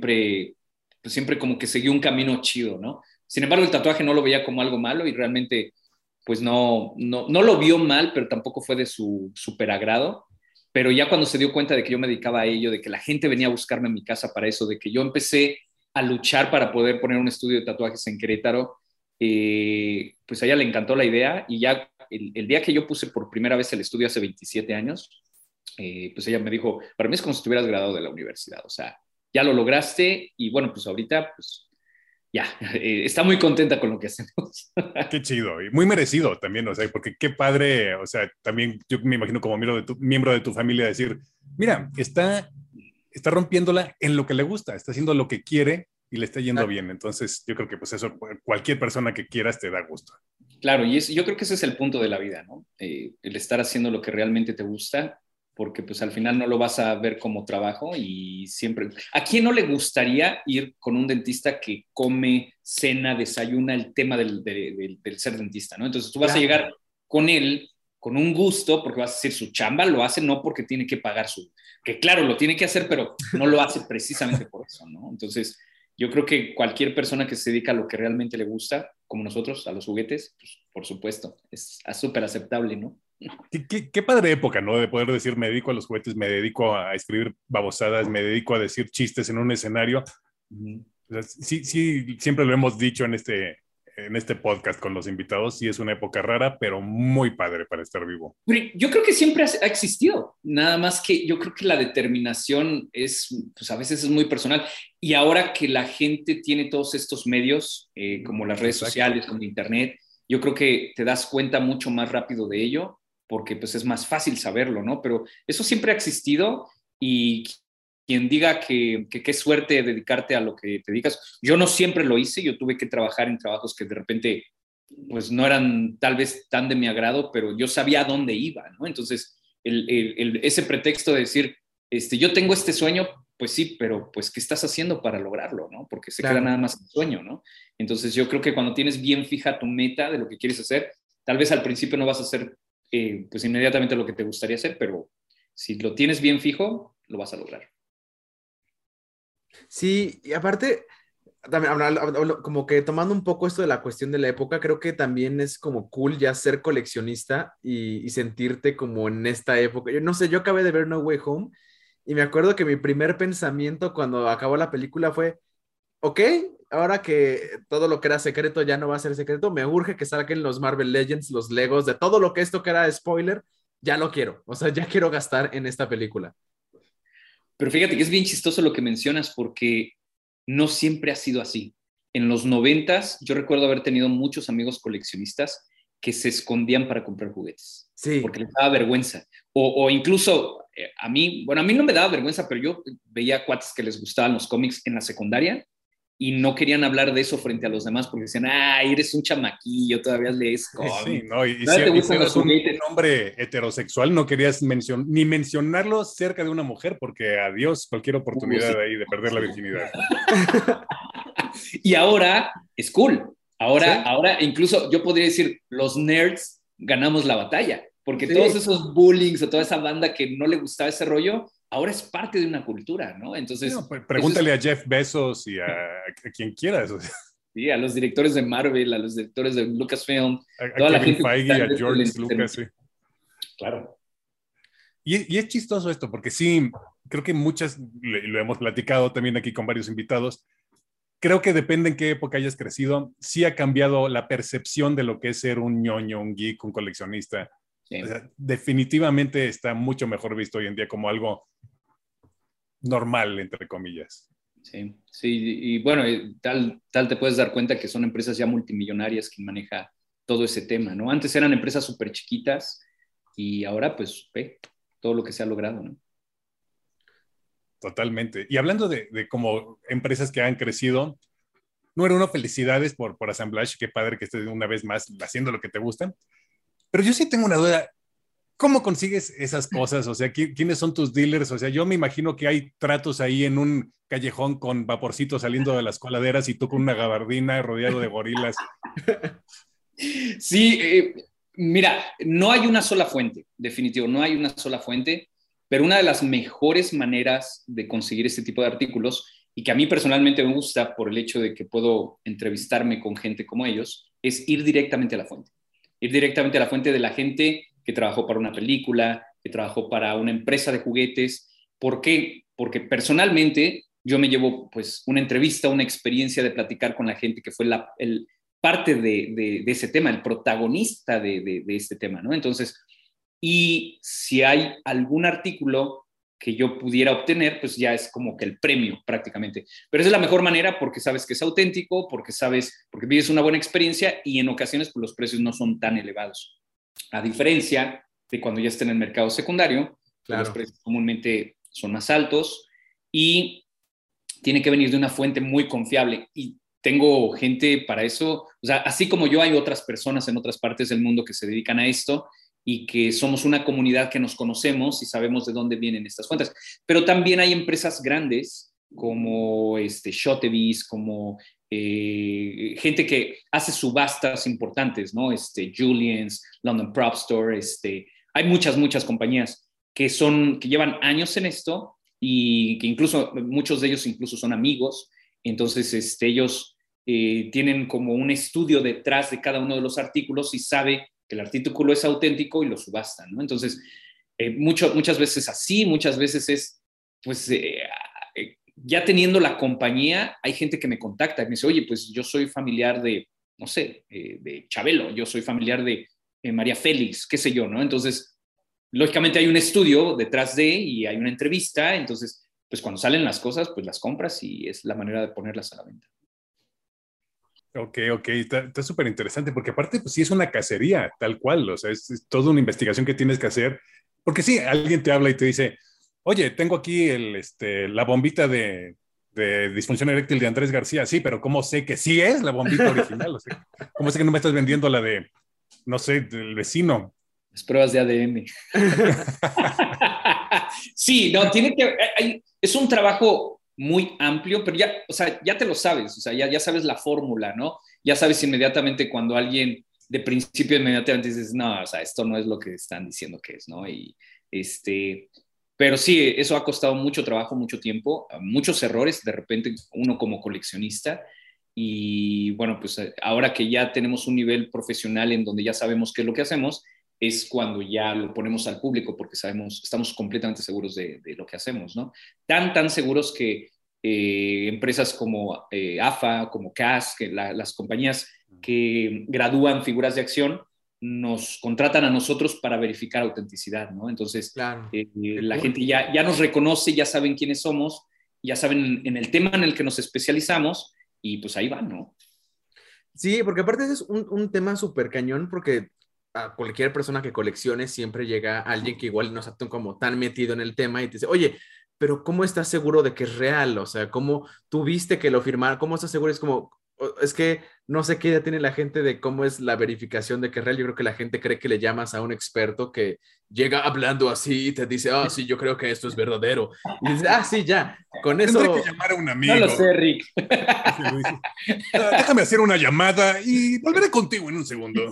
siempre como que seguí un camino chido, ¿no? Sin embargo, el tatuaje no lo veía como algo malo y realmente, pues no lo vio mal, pero tampoco fue de su super agrado. Pero ya cuando se dio cuenta de que yo me dedicaba a ello, de que la gente venía a buscarme en mi casa para eso, de que yo empecé a luchar para poder poner un estudio de tatuajes en Querétaro, pues a ella le encantó la idea y ya el día que yo puse por primera vez el estudio hace 27 años, pues ella me dijo, para mí es como si estuvieras graduado de la universidad, o sea, ya lo lograste y bueno, pues ahorita, pues ya, está muy contenta con lo que hacemos. Qué chido y muy merecido también, o sea, porque qué padre, o sea, también yo me imagino como miembro de tu familia decir, mira, está rompiéndola en lo que le gusta, está haciendo lo que quiere y le está yendo bien. Entonces, yo creo que pues eso, cualquier persona que quieras te da gusto. Claro, y yo creo que ese es el punto de la vida, ¿no? El estar haciendo lo que realmente te gusta, porque pues al final no lo vas a ver como trabajo y siempre... ¿A quién no le gustaría ir con un dentista que come, cena, desayuna el tema del ser dentista, ¿no? Entonces tú vas a llegar con él con un gusto, porque vas a decir su chamba, lo hace no porque tiene que pagar que claro, lo tiene que hacer, pero no lo hace precisamente por eso, ¿no? Entonces, yo creo que cualquier persona que se dedica a lo que realmente le gusta, como nosotros, a los juguetes, pues, por supuesto, es súper aceptable, ¿no? Qué padre época, ¿no? De poder decir, me dedico a los juguetes, me dedico a escribir babosadas, me dedico a decir chistes en un escenario. O sea, sí, siempre lo hemos dicho en este podcast con los invitados, sí es una época rara, pero muy padre para estar vivo. Pero yo creo que siempre ha existido, nada más que yo creo que la determinación pues a veces es muy personal. Y ahora que la gente tiene todos estos medios, como las redes sociales, como internet, yo creo que te das cuenta mucho más rápido de ello, porque pues es más fácil saberlo, ¿no? Pero eso siempre ha existido y quien diga que qué suerte dedicarte a lo que te dedicas, yo no siempre lo hice, yo tuve que trabajar en trabajos que de repente pues no eran tal vez tan de mi agrado, pero yo sabía a dónde iba, ¿no? Entonces, ese pretexto de decir, yo tengo este sueño, pues sí, pero pues, ¿qué estás haciendo para lograrlo, no? Porque se queda nada más el sueño, ¿no? Entonces, yo creo que cuando tienes bien fija tu meta de lo que quieres hacer, tal vez al principio no vas a hacer, pues inmediatamente lo que te gustaría hacer, pero si lo tienes bien fijo, lo vas a lograr. Sí, y aparte, también como que tomando un poco esto de la cuestión de la época, creo que también es como cool ya ser coleccionista y sentirte como en esta época. Yo no sé, yo acabé de ver No Way Home y me acuerdo que mi primer pensamiento cuando acabó la película fue, ok, ahora que todo lo que era secreto ya no va a ser secreto, me urge que saquen los Marvel Legends, los Legos, de todo lo que esto que era spoiler, ya lo quiero. O sea, ya quiero gastar en esta película. Pero fíjate que es bien chistoso lo que mencionas porque no siempre ha sido así. En los 90s yo recuerdo haber tenido muchos amigos coleccionistas que se escondían para comprar juguetes. Sí. Porque les daba vergüenza. O incluso a mí no me daba vergüenza, pero yo veía cuates que les gustaban los cómics en la secundaria y no querían hablar de eso frente a los demás porque decían, eres un chamaquillo, todavía lees cómics. Sí, no, y ¿No te gustan eres los un juguetes? hombre heterosexual, no querías ni mencionarlo cerca de una mujer porque adiós cualquier oportunidad Sí. ahí de perder la virginidad. Y ahora es cool. Ahora, ¿Sí? ahora incluso yo podría decir, los nerds ganamos la batalla, porque Sí. todos esos bullings o toda esa banda que no le gustaba ese rollo, ahora es parte de una cultura, ¿no? Entonces, No, pregúntale a Jeff Bezos y a quien quieras. O sea, sí, a los directores de Marvel, a los directores de Lucasfilm, a toda la Kevin gente que Feige, está a en esto del George Lucas. Sí. Claro. Y es chistoso esto, porque sí, creo que lo hemos platicado también aquí con varios invitados, creo que depende en qué época hayas crecido, sí ha cambiado la percepción de lo que es ser un ñoño, un geek, un coleccionista. Sí. O sea, definitivamente está mucho mejor visto hoy en día como algo normal, entre comillas. Sí, y bueno, tal te puedes dar cuenta que son empresas ya multimillonarias quien maneja todo ese tema, ¿no? Antes eran empresas súper chiquitas y ahora pues ve todo lo que se ha logrado, ¿no? Totalmente. Y hablando de como empresas que han crecido, Número uno, felicidades por Assemblage, qué padre que estés una vez más haciendo lo que te gusta. Pero yo sí tengo una duda, ¿cómo consigues esas cosas? O sea, ¿quiénes son tus dealers? O sea, yo me imagino que hay tratos ahí en un callejón con vaporcitos saliendo de las coladeras y tú con una gabardina rodeado de gorilas. Sí, mira, no hay una sola fuente, definitivo, no hay una sola fuente, pero una de las mejores maneras de conseguir este tipo de artículos, y que a mí personalmente me gusta por el hecho de que puedo entrevistarme con gente como ellos, es ir directamente a la fuente. Ir directamente a la fuente de la gente que trabajó para una película, que trabajó para una empresa de juguetes. ¿Por qué? Porque personalmente yo me llevo pues una entrevista, una experiencia de platicar con la gente que fue parte de ese tema, el protagonista de este tema, ¿no? Entonces, y si hay algún artículo que yo pudiera obtener, pues ya es como que el premio prácticamente. Pero esa es la mejor manera porque sabes que es auténtico, porque vives una buena experiencia y en ocasiones pues, los precios no son tan elevados. A diferencia de cuando ya está en el mercado secundario, claro, los precios comúnmente son más altos y tiene que venir de una fuente muy confiable. Y tengo gente para eso, o sea, así como yo, hay otras personas en otras partes del mundo que se dedican a esto y que somos una comunidad que nos conocemos y sabemos de dónde vienen estas fuentes. Pero también hay empresas grandes como Sotheby's, como gente que hace subastas importantes, ¿no? Julien's, London Prop Store, hay muchas compañías que llevan años en esto y que incluso muchos de ellos incluso son amigos. Entonces ellos tienen como un estudio detrás de cada uno de los artículos y sabe que el artículo es auténtico y lo subastan, ¿no? Entonces, muchas veces así, muchas veces es, pues, ya teniendo la compañía, hay gente que me contacta y me dice, oye, pues yo soy familiar de, no sé, de Chabelo, yo soy familiar de María Félix, qué sé yo, ¿no? Entonces, lógicamente hay un estudio detrás y hay una entrevista, entonces, pues cuando salen las cosas, pues las compras y es la manera de ponerlas a la venta. Ok, está súper interesante, porque aparte, pues sí es una cacería, tal cual, o sea, es toda una investigación que tienes que hacer, porque sí, alguien te habla y te dice, oye, tengo aquí la bombita de disfunción eréctil de Andrés García, sí, pero ¿cómo sé que sí es la bombita original? O sea, ¿cómo sé que no me estás vendiendo la de, no sé, del vecino? Las pruebas de ADN. Sí, no, es un trabajo muy amplio, pero ya, o sea, ya te lo sabes, o sea, ya sabes la fórmula, ¿no? Ya sabes inmediatamente cuando alguien de principio inmediatamente dices, no, o sea, esto no es lo que están diciendo que es, ¿no? Y pero sí, eso ha costado mucho trabajo, mucho tiempo, muchos errores, de repente uno como coleccionista, y bueno, pues ahora que ya tenemos un nivel profesional en donde ya sabemos qué es lo que hacemos, es cuando ya lo ponemos al público porque estamos completamente seguros de lo que hacemos, ¿no? Tan seguros que empresas como AFA, como CAS, las compañías que gradúan figuras de acción, nos contratan a nosotros para verificar autenticidad, ¿no? Entonces, claro. La gente ya nos reconoce, ya saben quiénes somos, ya saben en el tema en el que nos especializamos y pues ahí van, ¿no? Sí, porque aparte es un tema súper cañón porque a cualquier persona que coleccione siempre llega alguien que igual no está como tan metido en el tema y te dice, oye, pero ¿cómo estás seguro de que es real? O sea, ¿cómo tú viste que lo firmaron? ¿Cómo estás seguro? Es como, es que no sé qué idea tiene la gente de cómo es la verificación de que es real. Yo creo que la gente cree que le llamas a un experto que llega hablando así y te dice, ah, sí, yo creo que esto es verdadero. Y dices, ah, sí, ya, con eso... Tendré que llamar a un amigo. No lo sé, Rick. Déjame hacer una llamada y volveré contigo en un segundo.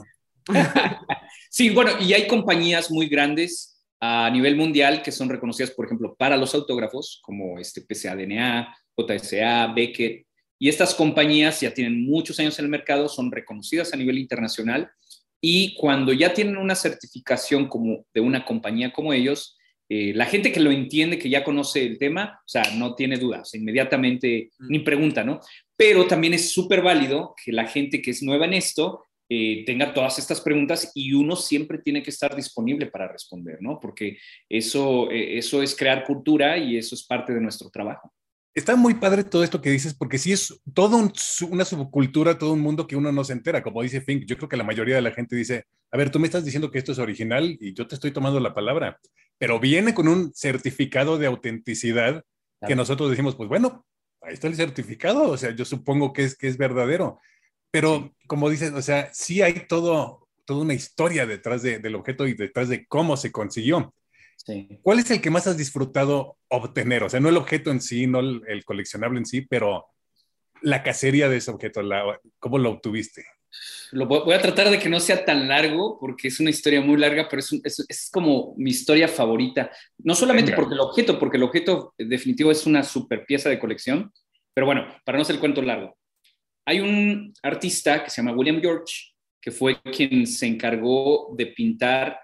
Sí, bueno, y hay compañías muy grandes a nivel mundial que son reconocidas, por ejemplo, para los autógrafos, como PSA-DNA, JSA, Beckett, y estas compañías ya tienen muchos años en el mercado, son reconocidas a nivel internacional, y cuando ya tienen una certificación como de una compañía como ellos, la gente que lo entiende, que ya conoce el tema, o sea, no tiene dudas, inmediatamente ni pregunta, ¿no? Pero también es súper válido que la gente que es nueva en esto tenga todas estas preguntas y uno siempre tiene que estar disponible para responder, ¿no? Porque eso es crear cultura y eso es parte de nuestro trabajo. Está muy padre todo esto que dices, porque sí es toda una subcultura, todo un mundo que uno no se entera. Como dice Fink, yo creo que la mayoría de la gente dice, a ver, tú me estás diciendo que esto es original y yo te estoy tomando la palabra, pero viene con un certificado de autenticidad que nosotros decimos, pues bueno, ahí está el certificado, o sea, yo supongo que es verdadero. Pero como dices, o sea, sí hay toda una historia detrás del objeto y detrás de cómo se consiguió. Sí. ¿Cuál es el que más has disfrutado obtener? O sea, no el objeto en sí, no el coleccionable en sí, pero la cacería de ese objeto, ¿cómo lo obtuviste? Voy a tratar de que no sea tan largo, porque es una historia muy larga, pero es como mi historia favorita. No solamente Venga. porque el objeto definitivo es una super pieza de colección, pero bueno, para no hacer el cuento largo. Hay un artista que se llama William George, que fue quien se encargó de pintar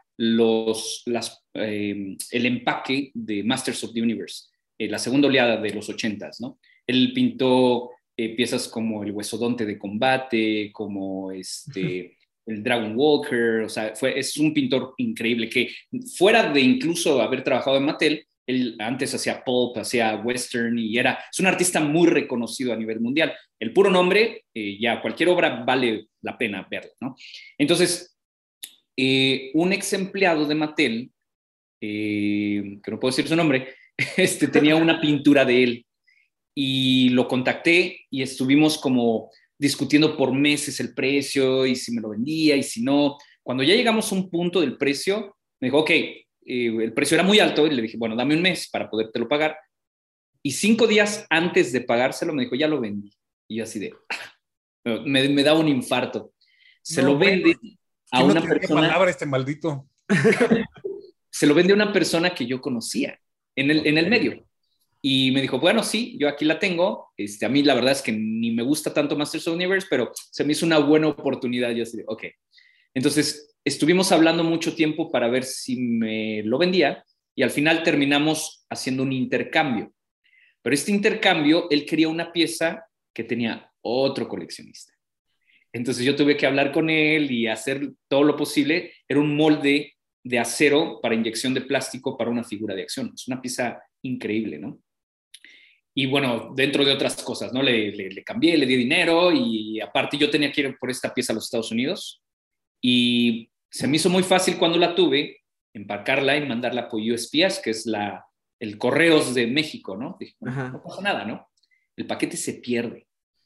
el empaque de Masters of the Universe, la segunda oleada de los 80s, ¿no? Él pintó piezas como el Huesodonte de Combate, como el Dragon Walker, o sea, es un pintor increíble que fuera de incluso haber trabajado en Mattel, él antes hacía pulp, hacía western y es un artista muy reconocido a nivel mundial. El puro nombre, ya cualquier obra vale la pena verla, ¿no? Entonces, un ex empleado de Mattel, que no puedo decir su nombre, tenía una pintura de él y lo contacté y estuvimos como discutiendo por meses el precio y si me lo vendía y si no. Cuando ya llegamos a un punto del precio, me dijo, ok, el precio era muy alto y le dije, bueno, dame un mes para podértelo pagar. Y 5 días antes de pagárselo me dijo, ya lo vendí. Y yo así de, me da un infarto. Se lo vende a una persona. Palabra este maldito. Se lo vende a una persona que yo conocía en el medio. Y me dijo, bueno, sí, yo aquí la tengo. A mí la verdad es que ni me gusta tanto Masters of the Universe, pero se me hizo una buena oportunidad. Yo así de, ok. Entonces, estuvimos hablando mucho tiempo para ver si me lo vendía y al final terminamos haciendo un intercambio. Pero este intercambio, él quería una pieza que tenía otro coleccionista. Entonces yo tuve que hablar con él y hacer todo lo posible. Era un molde de acero para inyección de plástico para una figura de acción. Es una pieza increíble, ¿no? Y bueno, dentro de otras cosas, ¿no? Le cambié, le di dinero y aparte yo tenía que ir por esta pieza a los Estados Unidos y se me hizo muy fácil cuando la tuve empacarla y mandarla por USPS, que es el Correos de México, ¿no? Dije, bueno, no pasa nada, ¿no? El paquete se pierde.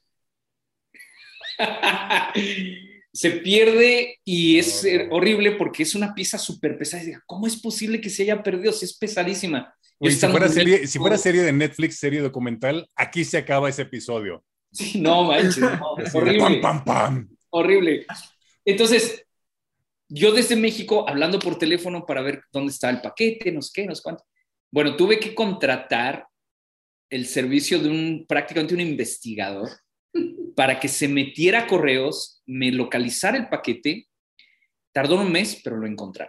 Se pierde y es horrible porque es una pieza súper pesada. ¿Cómo es posible que se haya perdido si es pesadísima? Oye, si fuera serie de Netflix, serie documental, aquí se acaba ese episodio. Sí, no manches, no, horrible. Pam, pam, pam. Horrible. Entonces, yo desde México hablando por teléfono para ver dónde está el paquete, no sé qué, no sé cuánto. Bueno, tuve que contratar el servicio de prácticamente un investigador para que se metiera a correos, me localizara el paquete. Tardó un mes, pero lo encontraron.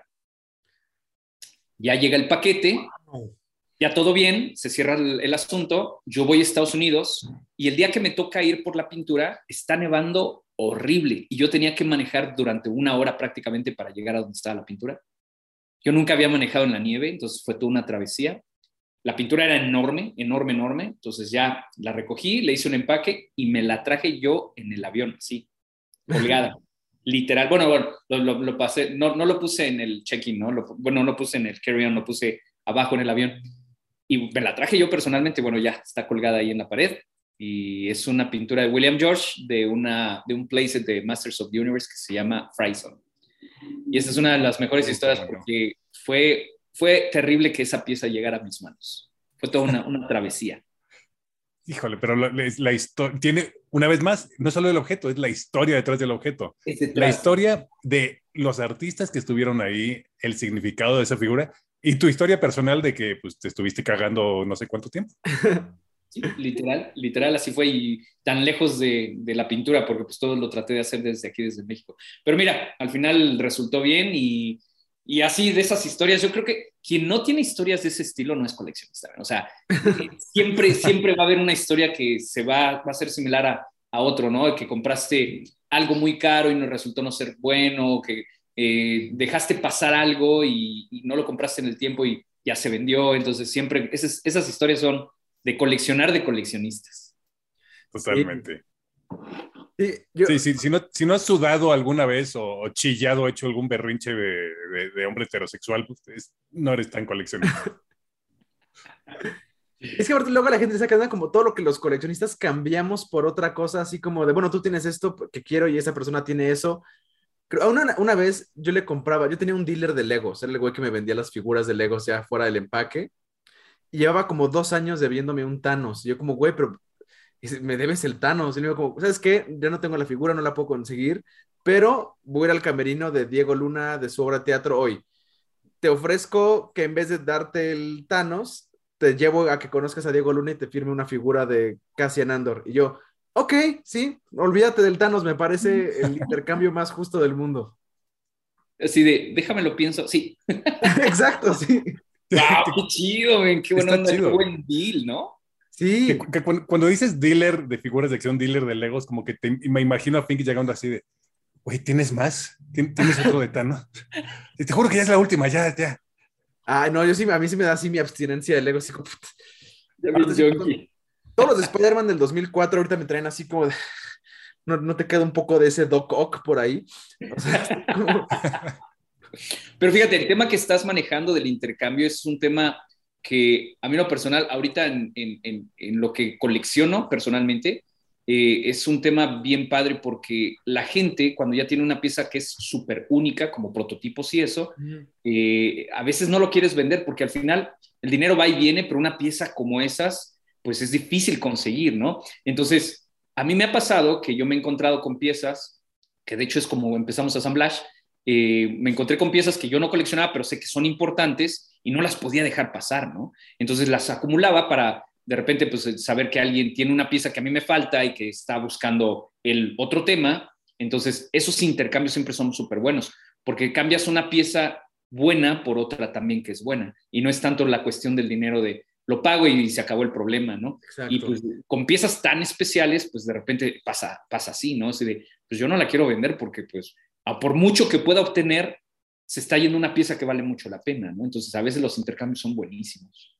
Ya llega el paquete, ya todo bien, se cierra el asunto, yo voy a Estados Unidos y el día que me toca ir por la pintura está nevando horrible y yo tenía que manejar durante 1 hora prácticamente para llegar a donde estaba la pintura. Yo nunca había manejado en la nieve, entonces fue toda una travesía. La pintura era enorme, enorme, enorme, entonces ya la recogí, le hice un empaque y me la traje yo en el avión, así, colgada. Literal, bueno, lo pasé, no lo puse en el check-in, ¿no? No lo puse en el carry-on, lo puse abajo en el avión. Y me la traje yo personalmente, bueno, ya está colgada ahí en la pared. Y es una pintura de William George de un playset de Masters of the Universe que se llama Fryzone. Y esa es una de las mejores historias porque fue terrible que esa pieza llegara a mis manos. Fue toda una travesía. Híjole, pero la historia tiene, una vez más, no solo el objeto, es la historia detrás del objeto. La historia de los artistas que estuvieron ahí, el significado de esa figura y tu historia personal de que pues, te estuviste cagando no sé cuánto tiempo. Sí, literal así fue y tan lejos de la pintura porque pues todo lo traté de hacer desde aquí, desde México. Pero mira, al final resultó bien y así de esas historias, yo creo que quien no tiene historias de ese estilo no es coleccionista. O sea, siempre va a haber una historia que va a ser similar a otro, ¿no? Que compraste algo muy caro y no resultó no ser bueno, que dejaste pasar algo y no lo compraste en el tiempo y ya se vendió. Entonces siempre esas historias son de coleccionar de coleccionistas. Totalmente. Sí, Sí, si no has sudado alguna vez o chillado o hecho algún berrinche de hombre heterosexual, pues no eres tan coleccionista. Es que ahorita luego la gente saca como todo lo que los coleccionistas cambiamos por otra cosa, así como de, bueno, tú tienes esto que quiero y esa persona tiene eso. Una vez yo le compraba, yo tenía un dealer de Legos, era el güey que me vendía las figuras de Legos ya fuera del empaque, y llevaba como 2 años debiéndome un Thanos. Y yo como, güey, pero me debes el Thanos. Y le digo como, ¿sabes qué? Ya no tengo la figura, no la puedo conseguir, pero voy a ir al camerino de Diego Luna de su obra de teatro hoy. Te ofrezco que en vez de darte el Thanos, te llevo a que conozcas a Diego Luna y te firme una figura de Cassian Andor. Y yo, ok, sí, olvídate del Thanos, me parece el intercambio más justo del mundo. Así de, déjame lo pienso. Sí. Exacto, sí. ¡Wow! ¡Qué chido, men! ¡Qué buena Está onda! ¡Qué chido. buen deal!, ¿no? Sí, Que cuando dices dealer de figuras de acción, dealer de Legos, como que me imagino a Fink llegando así de, güey, ¿tienes más? ¿Tienes otro de Thanos? Y te juro que ya es la última, ya. ah, no, yo sí, a mí sí me da así mi abstinencia de Lego, así como, puta. Ya Aparte, bien sí, junkie. todos los de Spider-Man del 2004 ahorita me traen así como de, no te queda un poco de ese Doc Ock por ahí. O sea, estoy como, Pero fíjate, el tema que estás manejando del intercambio es un tema que a mí en lo personal, ahorita en lo que colecciono personalmente, es un tema bien padre porque la gente, cuando ya tiene una pieza que es súper única, como prototipos y eso, a veces no lo quieres vender porque al final el dinero va y viene, pero una pieza como esas, pues es difícil conseguir, ¿no? Entonces, a mí me ha pasado que yo me he encontrado con piezas, que de hecho es como empezamos a assemblage, me encontré con piezas que yo no coleccionaba, pero sé que son importantes y no las podía dejar pasar, ¿no? Entonces las acumulaba para de repente pues saber que alguien tiene una pieza que a mí me falta y que está buscando el otro tema. Entonces esos intercambios siempre son súper buenos porque cambias una pieza buena por otra también que es buena y no es tanto la cuestión del dinero de lo pago y se acabó el problema, ¿no? Y exacto. pues con piezas tan especiales, pues de repente pasa así, ¿no? Así de, pues yo no la quiero vender porque pues por mucho que pueda obtener, se está yendo una pieza que vale mucho la pena, ¿no? Entonces, a veces los intercambios son buenísimos.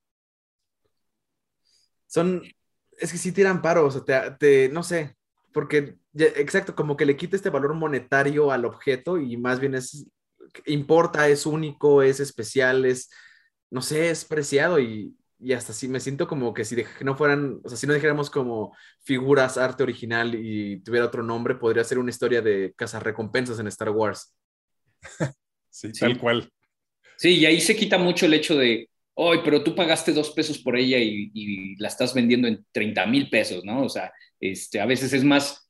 Son, es que sí tiran paro, o sea, no sé, porque, exacto, como que le quita este valor monetario al objeto y más bien importa, es único, es especial, no sé, es preciado y hasta sí me siento como que si no fueran, o sea, si no dijéramos como figuras, arte original y tuviera otro nombre, podría ser una historia de cazarrecompensas en Star Wars. Sí, tal Sí, cual. sí, y ahí se quita mucho el hecho de, hoy, pero tú pagaste 2 pesos por ella y la estás vendiendo en 30,000 pesos, ¿no? O sea, a veces es más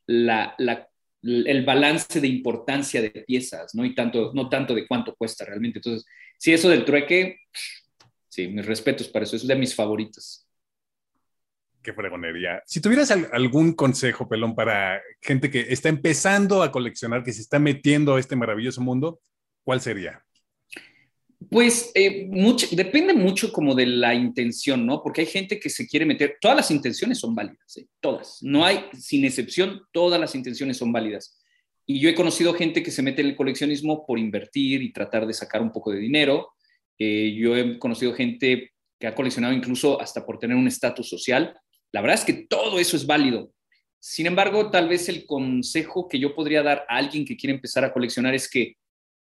el balance de importancia de piezas, ¿no? Y no tanto de cuánto cuesta realmente. Entonces, sí, eso del trueque, sí, mis respetos para eso, es de mis favoritos. Qué fregonería. Si tuvieras algún consejo, Pelón, para gente que está empezando a coleccionar, que se está metiendo a este maravilloso mundo, ¿cuál sería? Pues depende mucho como de la intención, ¿no? Porque hay gente que se quiere meter, todas las intenciones son válidas, ¿eh? Todas, no hay, sin excepción, todas las intenciones son válidas. Y yo he conocido gente que se mete en el coleccionismo por invertir y tratar de sacar un poco de dinero. Yo he conocido gente que ha coleccionado incluso hasta por tener un estatus social. La verdad es que todo eso es válido. Sin embargo, tal vez el consejo que yo podría dar a alguien que quiere empezar a coleccionar es que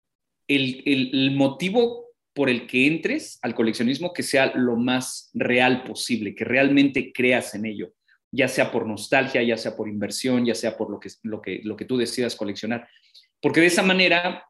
el motivo por el que entres al coleccionismo que sea lo más real posible, que realmente creas en ello, ya sea por nostalgia, ya sea por inversión, ya sea por lo que tú decidas coleccionar. Porque de esa manera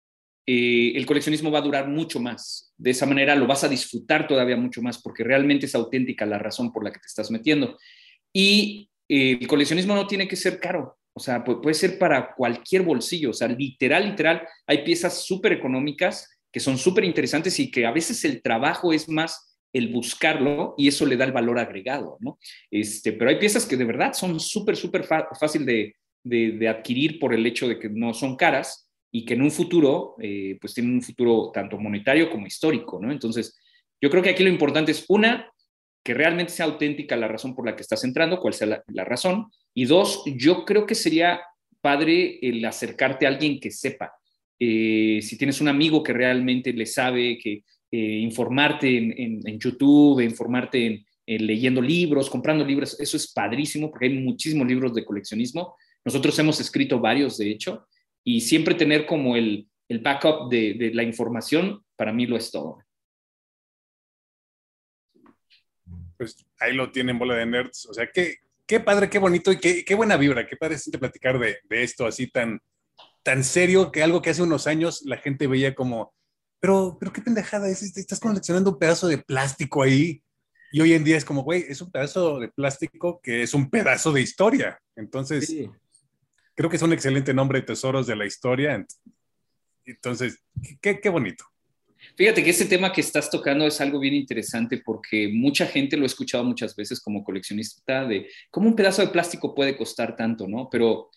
el coleccionismo va a durar mucho más. De esa manera lo vas a disfrutar todavía mucho más porque realmente es auténtica la razón por la que te estás metiendo. Y el coleccionismo no tiene que ser caro. O sea, puede ser para cualquier bolsillo. O sea, literal, hay piezas súper económicas que son súper interesantes y que a veces el trabajo es más el buscarlo y eso le da el valor agregado, ¿no? Pero hay piezas que de verdad son súper fácil de adquirir por el hecho de que no son caras y que en un futuro, pues tienen un futuro tanto monetario como histórico, ¿no? Entonces, yo creo que aquí lo importante es, una, que realmente sea auténtica la razón por la que estás entrando, cuál sea la razón. Y dos, yo creo que sería padre el acercarte a alguien que sepa. Si tienes un amigo que realmente le sabe, que informarte en YouTube, informarte leyendo libros, comprando libros, eso es padrísimo porque hay muchísimos libros de coleccionismo. Nosotros hemos escrito varios, de hecho, y siempre tener como el backup de la información, para mí lo es todo. Pues ahí lo tienen, bola de nerds. O sea, qué padre, qué bonito y qué buena vibra. Qué padre siente platicar de esto así tan serio, que algo que hace unos años la gente veía como, pero qué pendejada es, estás coleccionando un pedazo de plástico ahí. Y hoy en día es como, güey, es un pedazo de plástico que es un pedazo de historia. Entonces, Sí. creo que es un excelente nombre, Tesoros de la Historia. Entonces, qué bonito. Fíjate que ese tema que estás tocando es algo bien interesante porque mucha gente lo he escuchado muchas veces como coleccionista de cómo un pedazo de plástico puede costar tanto, ¿no? Pero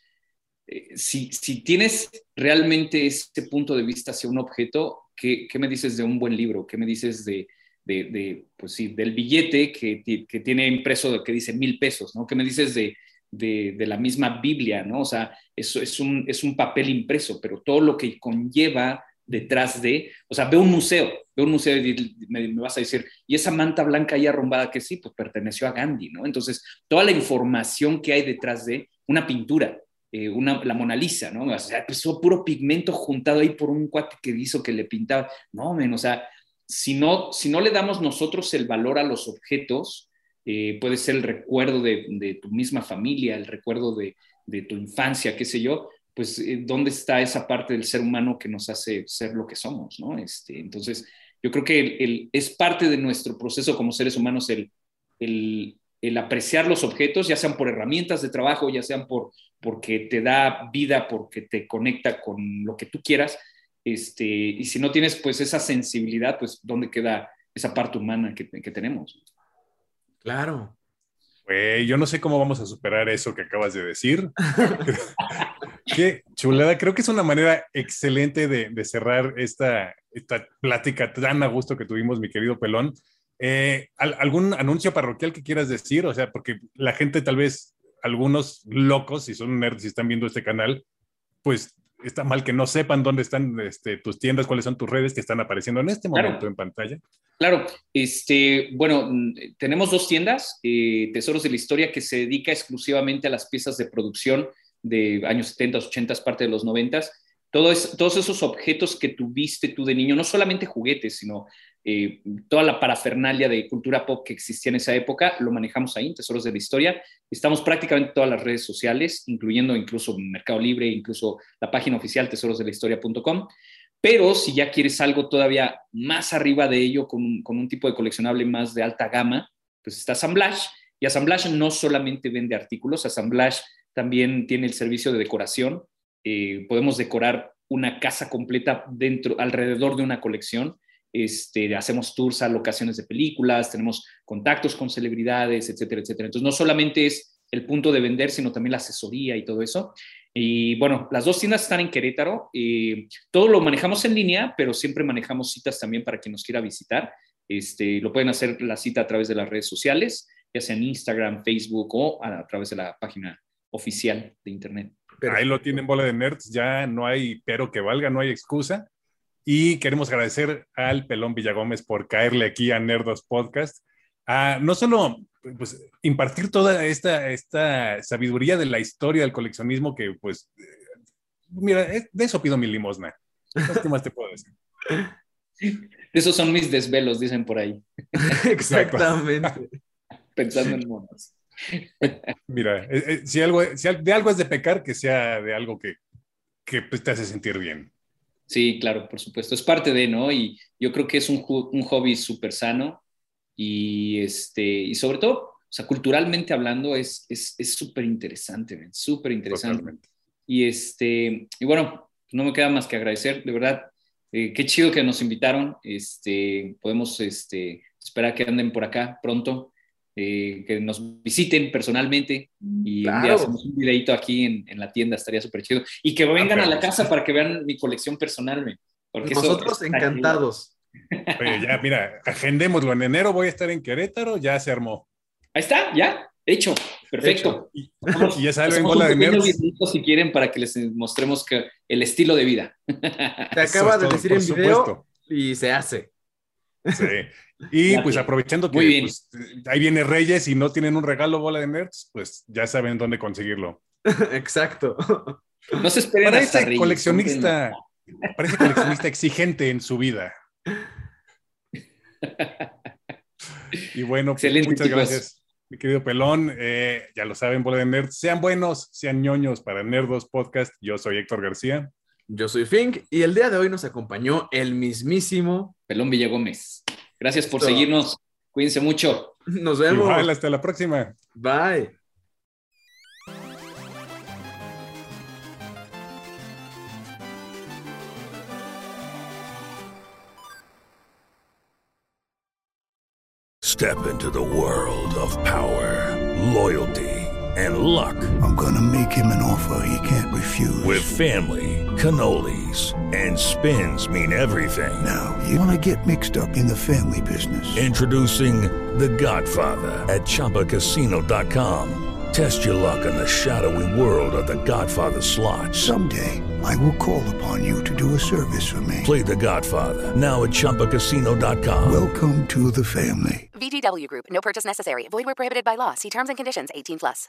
si tienes realmente ese punto de vista hacia un objeto, ¿qué me dices de un buen libro? ¿Qué me dices pues sí, del billete que tiene impreso que dice 1,000 pesos, ¿no? ¿Qué me dices de la misma Biblia, ¿no? O sea, eso es un papel impreso, pero todo lo que conlleva detrás o sea, veo un museo y me vas a decir, y esa manta blanca ahí arrumbada que sí, pues perteneció a Gandhi, ¿no? Entonces, toda la información que hay detrás de una pintura, la Mona Lisa, ¿no? O sea, pues puro pigmento juntado ahí por un cuate que hizo que le pintaba. No, men, o sea, si no le damos nosotros el valor a los objetos, puede ser el recuerdo de tu misma familia, el recuerdo de tu infancia, qué sé yo, pues dónde está esa parte del ser humano que nos hace ser lo que somos, ¿no? Entonces, yo creo que es parte de nuestro proceso como seres humanos el apreciar los objetos, ya sean por herramientas de trabajo, ya sean porque te da vida, porque te conecta con lo que tú quieras, y si no tienes pues esa sensibilidad, pues ¿dónde queda esa parte humana que tenemos? Claro. Güey, yo no sé cómo vamos a superar eso que acabas de decir. Qué chulada. Creo que es una manera excelente de cerrar esta plática tan a gusto que tuvimos, mi querido Pelón. ¿Algún anuncio parroquial que quieras decir? O sea, porque la gente tal vez, algunos locos, si son nerds y están viendo este canal, pues está mal que no sepan dónde están tus tiendas, cuáles son tus redes que están apareciendo en este momento en pantalla. Claro, bueno, tenemos 2 tiendas, Tesoros de la Historia, que se dedica exclusivamente a las piezas de producción de años 70, 80, parte de los 90. Todos esos objetos que tuviste tú de niño, no solamente juguetes, sino toda la parafernalia de cultura pop que existía en esa época, lo manejamos ahí en Tesoros de la Historia. Estamos prácticamente en todas las redes sociales, incluyendo incluso Mercado Libre, incluso la página oficial tesorosdelahistoria.com. Pero si ya quieres algo todavía más arriba de ello, con un tipo de coleccionable más de alta gama, pues está Assemblage. Y Assemblage no solamente vende artículos, Assemblage también tiene el servicio de decoración. Podemos decorar una casa completa alrededor de una colección. Hacemos tours a locaciones de películas, tenemos contactos con celebridades, etcétera, etcétera. Entonces, no solamente es el punto de vender, sino también la asesoría y todo eso. Y bueno, las 2 tiendas están en Querétaro. Todo lo manejamos en línea, pero siempre manejamos citas también para quien nos quiera visitar. Lo pueden hacer la cita a través de las redes sociales, ya sea en Instagram, Facebook o a través de la página oficial de internet. Perfecto. Ahí lo tienen, bola de nerds. Ya no hay pero que valga, no hay excusa. Y queremos agradecer al Pelón Villagómez por caerle aquí a Nerdos Podcast. No solo pues, impartir toda esta sabiduría de la historia del coleccionismo que, pues, mira, de eso pido mi limosna. ¿Qué más te puedo decir? Esos son mis desvelos, dicen por ahí. Exactamente. Pensando en monos. Mira, si de algo es de pecar, que sea de algo que pues, te hace sentir bien. Sí, claro, por supuesto. Es parte de, ¿no? Y yo creo que es un hobby súper sano y sobre todo, o sea, culturalmente hablando, es súper interesante, súper interesante. Totalmente. Y bueno, no me queda más que agradecer, de verdad. Qué chido que nos invitaron. Podemos esperar que anden por acá pronto. Que nos visiten personalmente y un día hacemos un videito aquí en la tienda, estaría súper chido. Y que vengan a la casa para que vean mi colección personal. Porque nosotros encantados. Oye, ya, mira, agendémoslo. En enero voy a estar en Querétaro, ya se armó. Ahí está, ya, hecho, perfecto. Y ya saben, bola de nerds. Si quieren, para que les mostremos el estilo de vida. Se acaba de decir en video y se hace. Sí. Y pues aprovechando que pues, ahí viene Reyes y no tienen un regalo, bola de nerds, pues ya saben dónde conseguirlo. Exacto. No se esperen para hasta ese Reyes, coleccionista, para ese coleccionista exigente en su vida. Y bueno, pues, Excelente, muchas chicos. gracias, mi querido Pelón. Ya lo saben, bola de nerds. Sean buenos, sean ñoños para Nerdos Podcast. Yo soy Héctor García. Yo soy Fink y el día de hoy nos acompañó el mismísimo. Pelón Villagómez. Gracias por Listo. seguirnos. Cuídense mucho. Nos vemos. Igual, hasta la próxima. Bye. Step into the world of power, loyalty, and luck. I'm gonna make him an offer he can't refuse. With family, cannolis, and spins mean everything. Now, you wanna get mixed up in the family business. Introducing The Godfather at ChumbaCasino.com. Test your luck in the shadowy world of The Godfather slot. Someday, I will call upon you to do a service for me. Play The Godfather now at ChumbaCasino.com. Welcome to the family. VGW Group. No purchase necessary. Void where prohibited by law. See terms and conditions. 18+.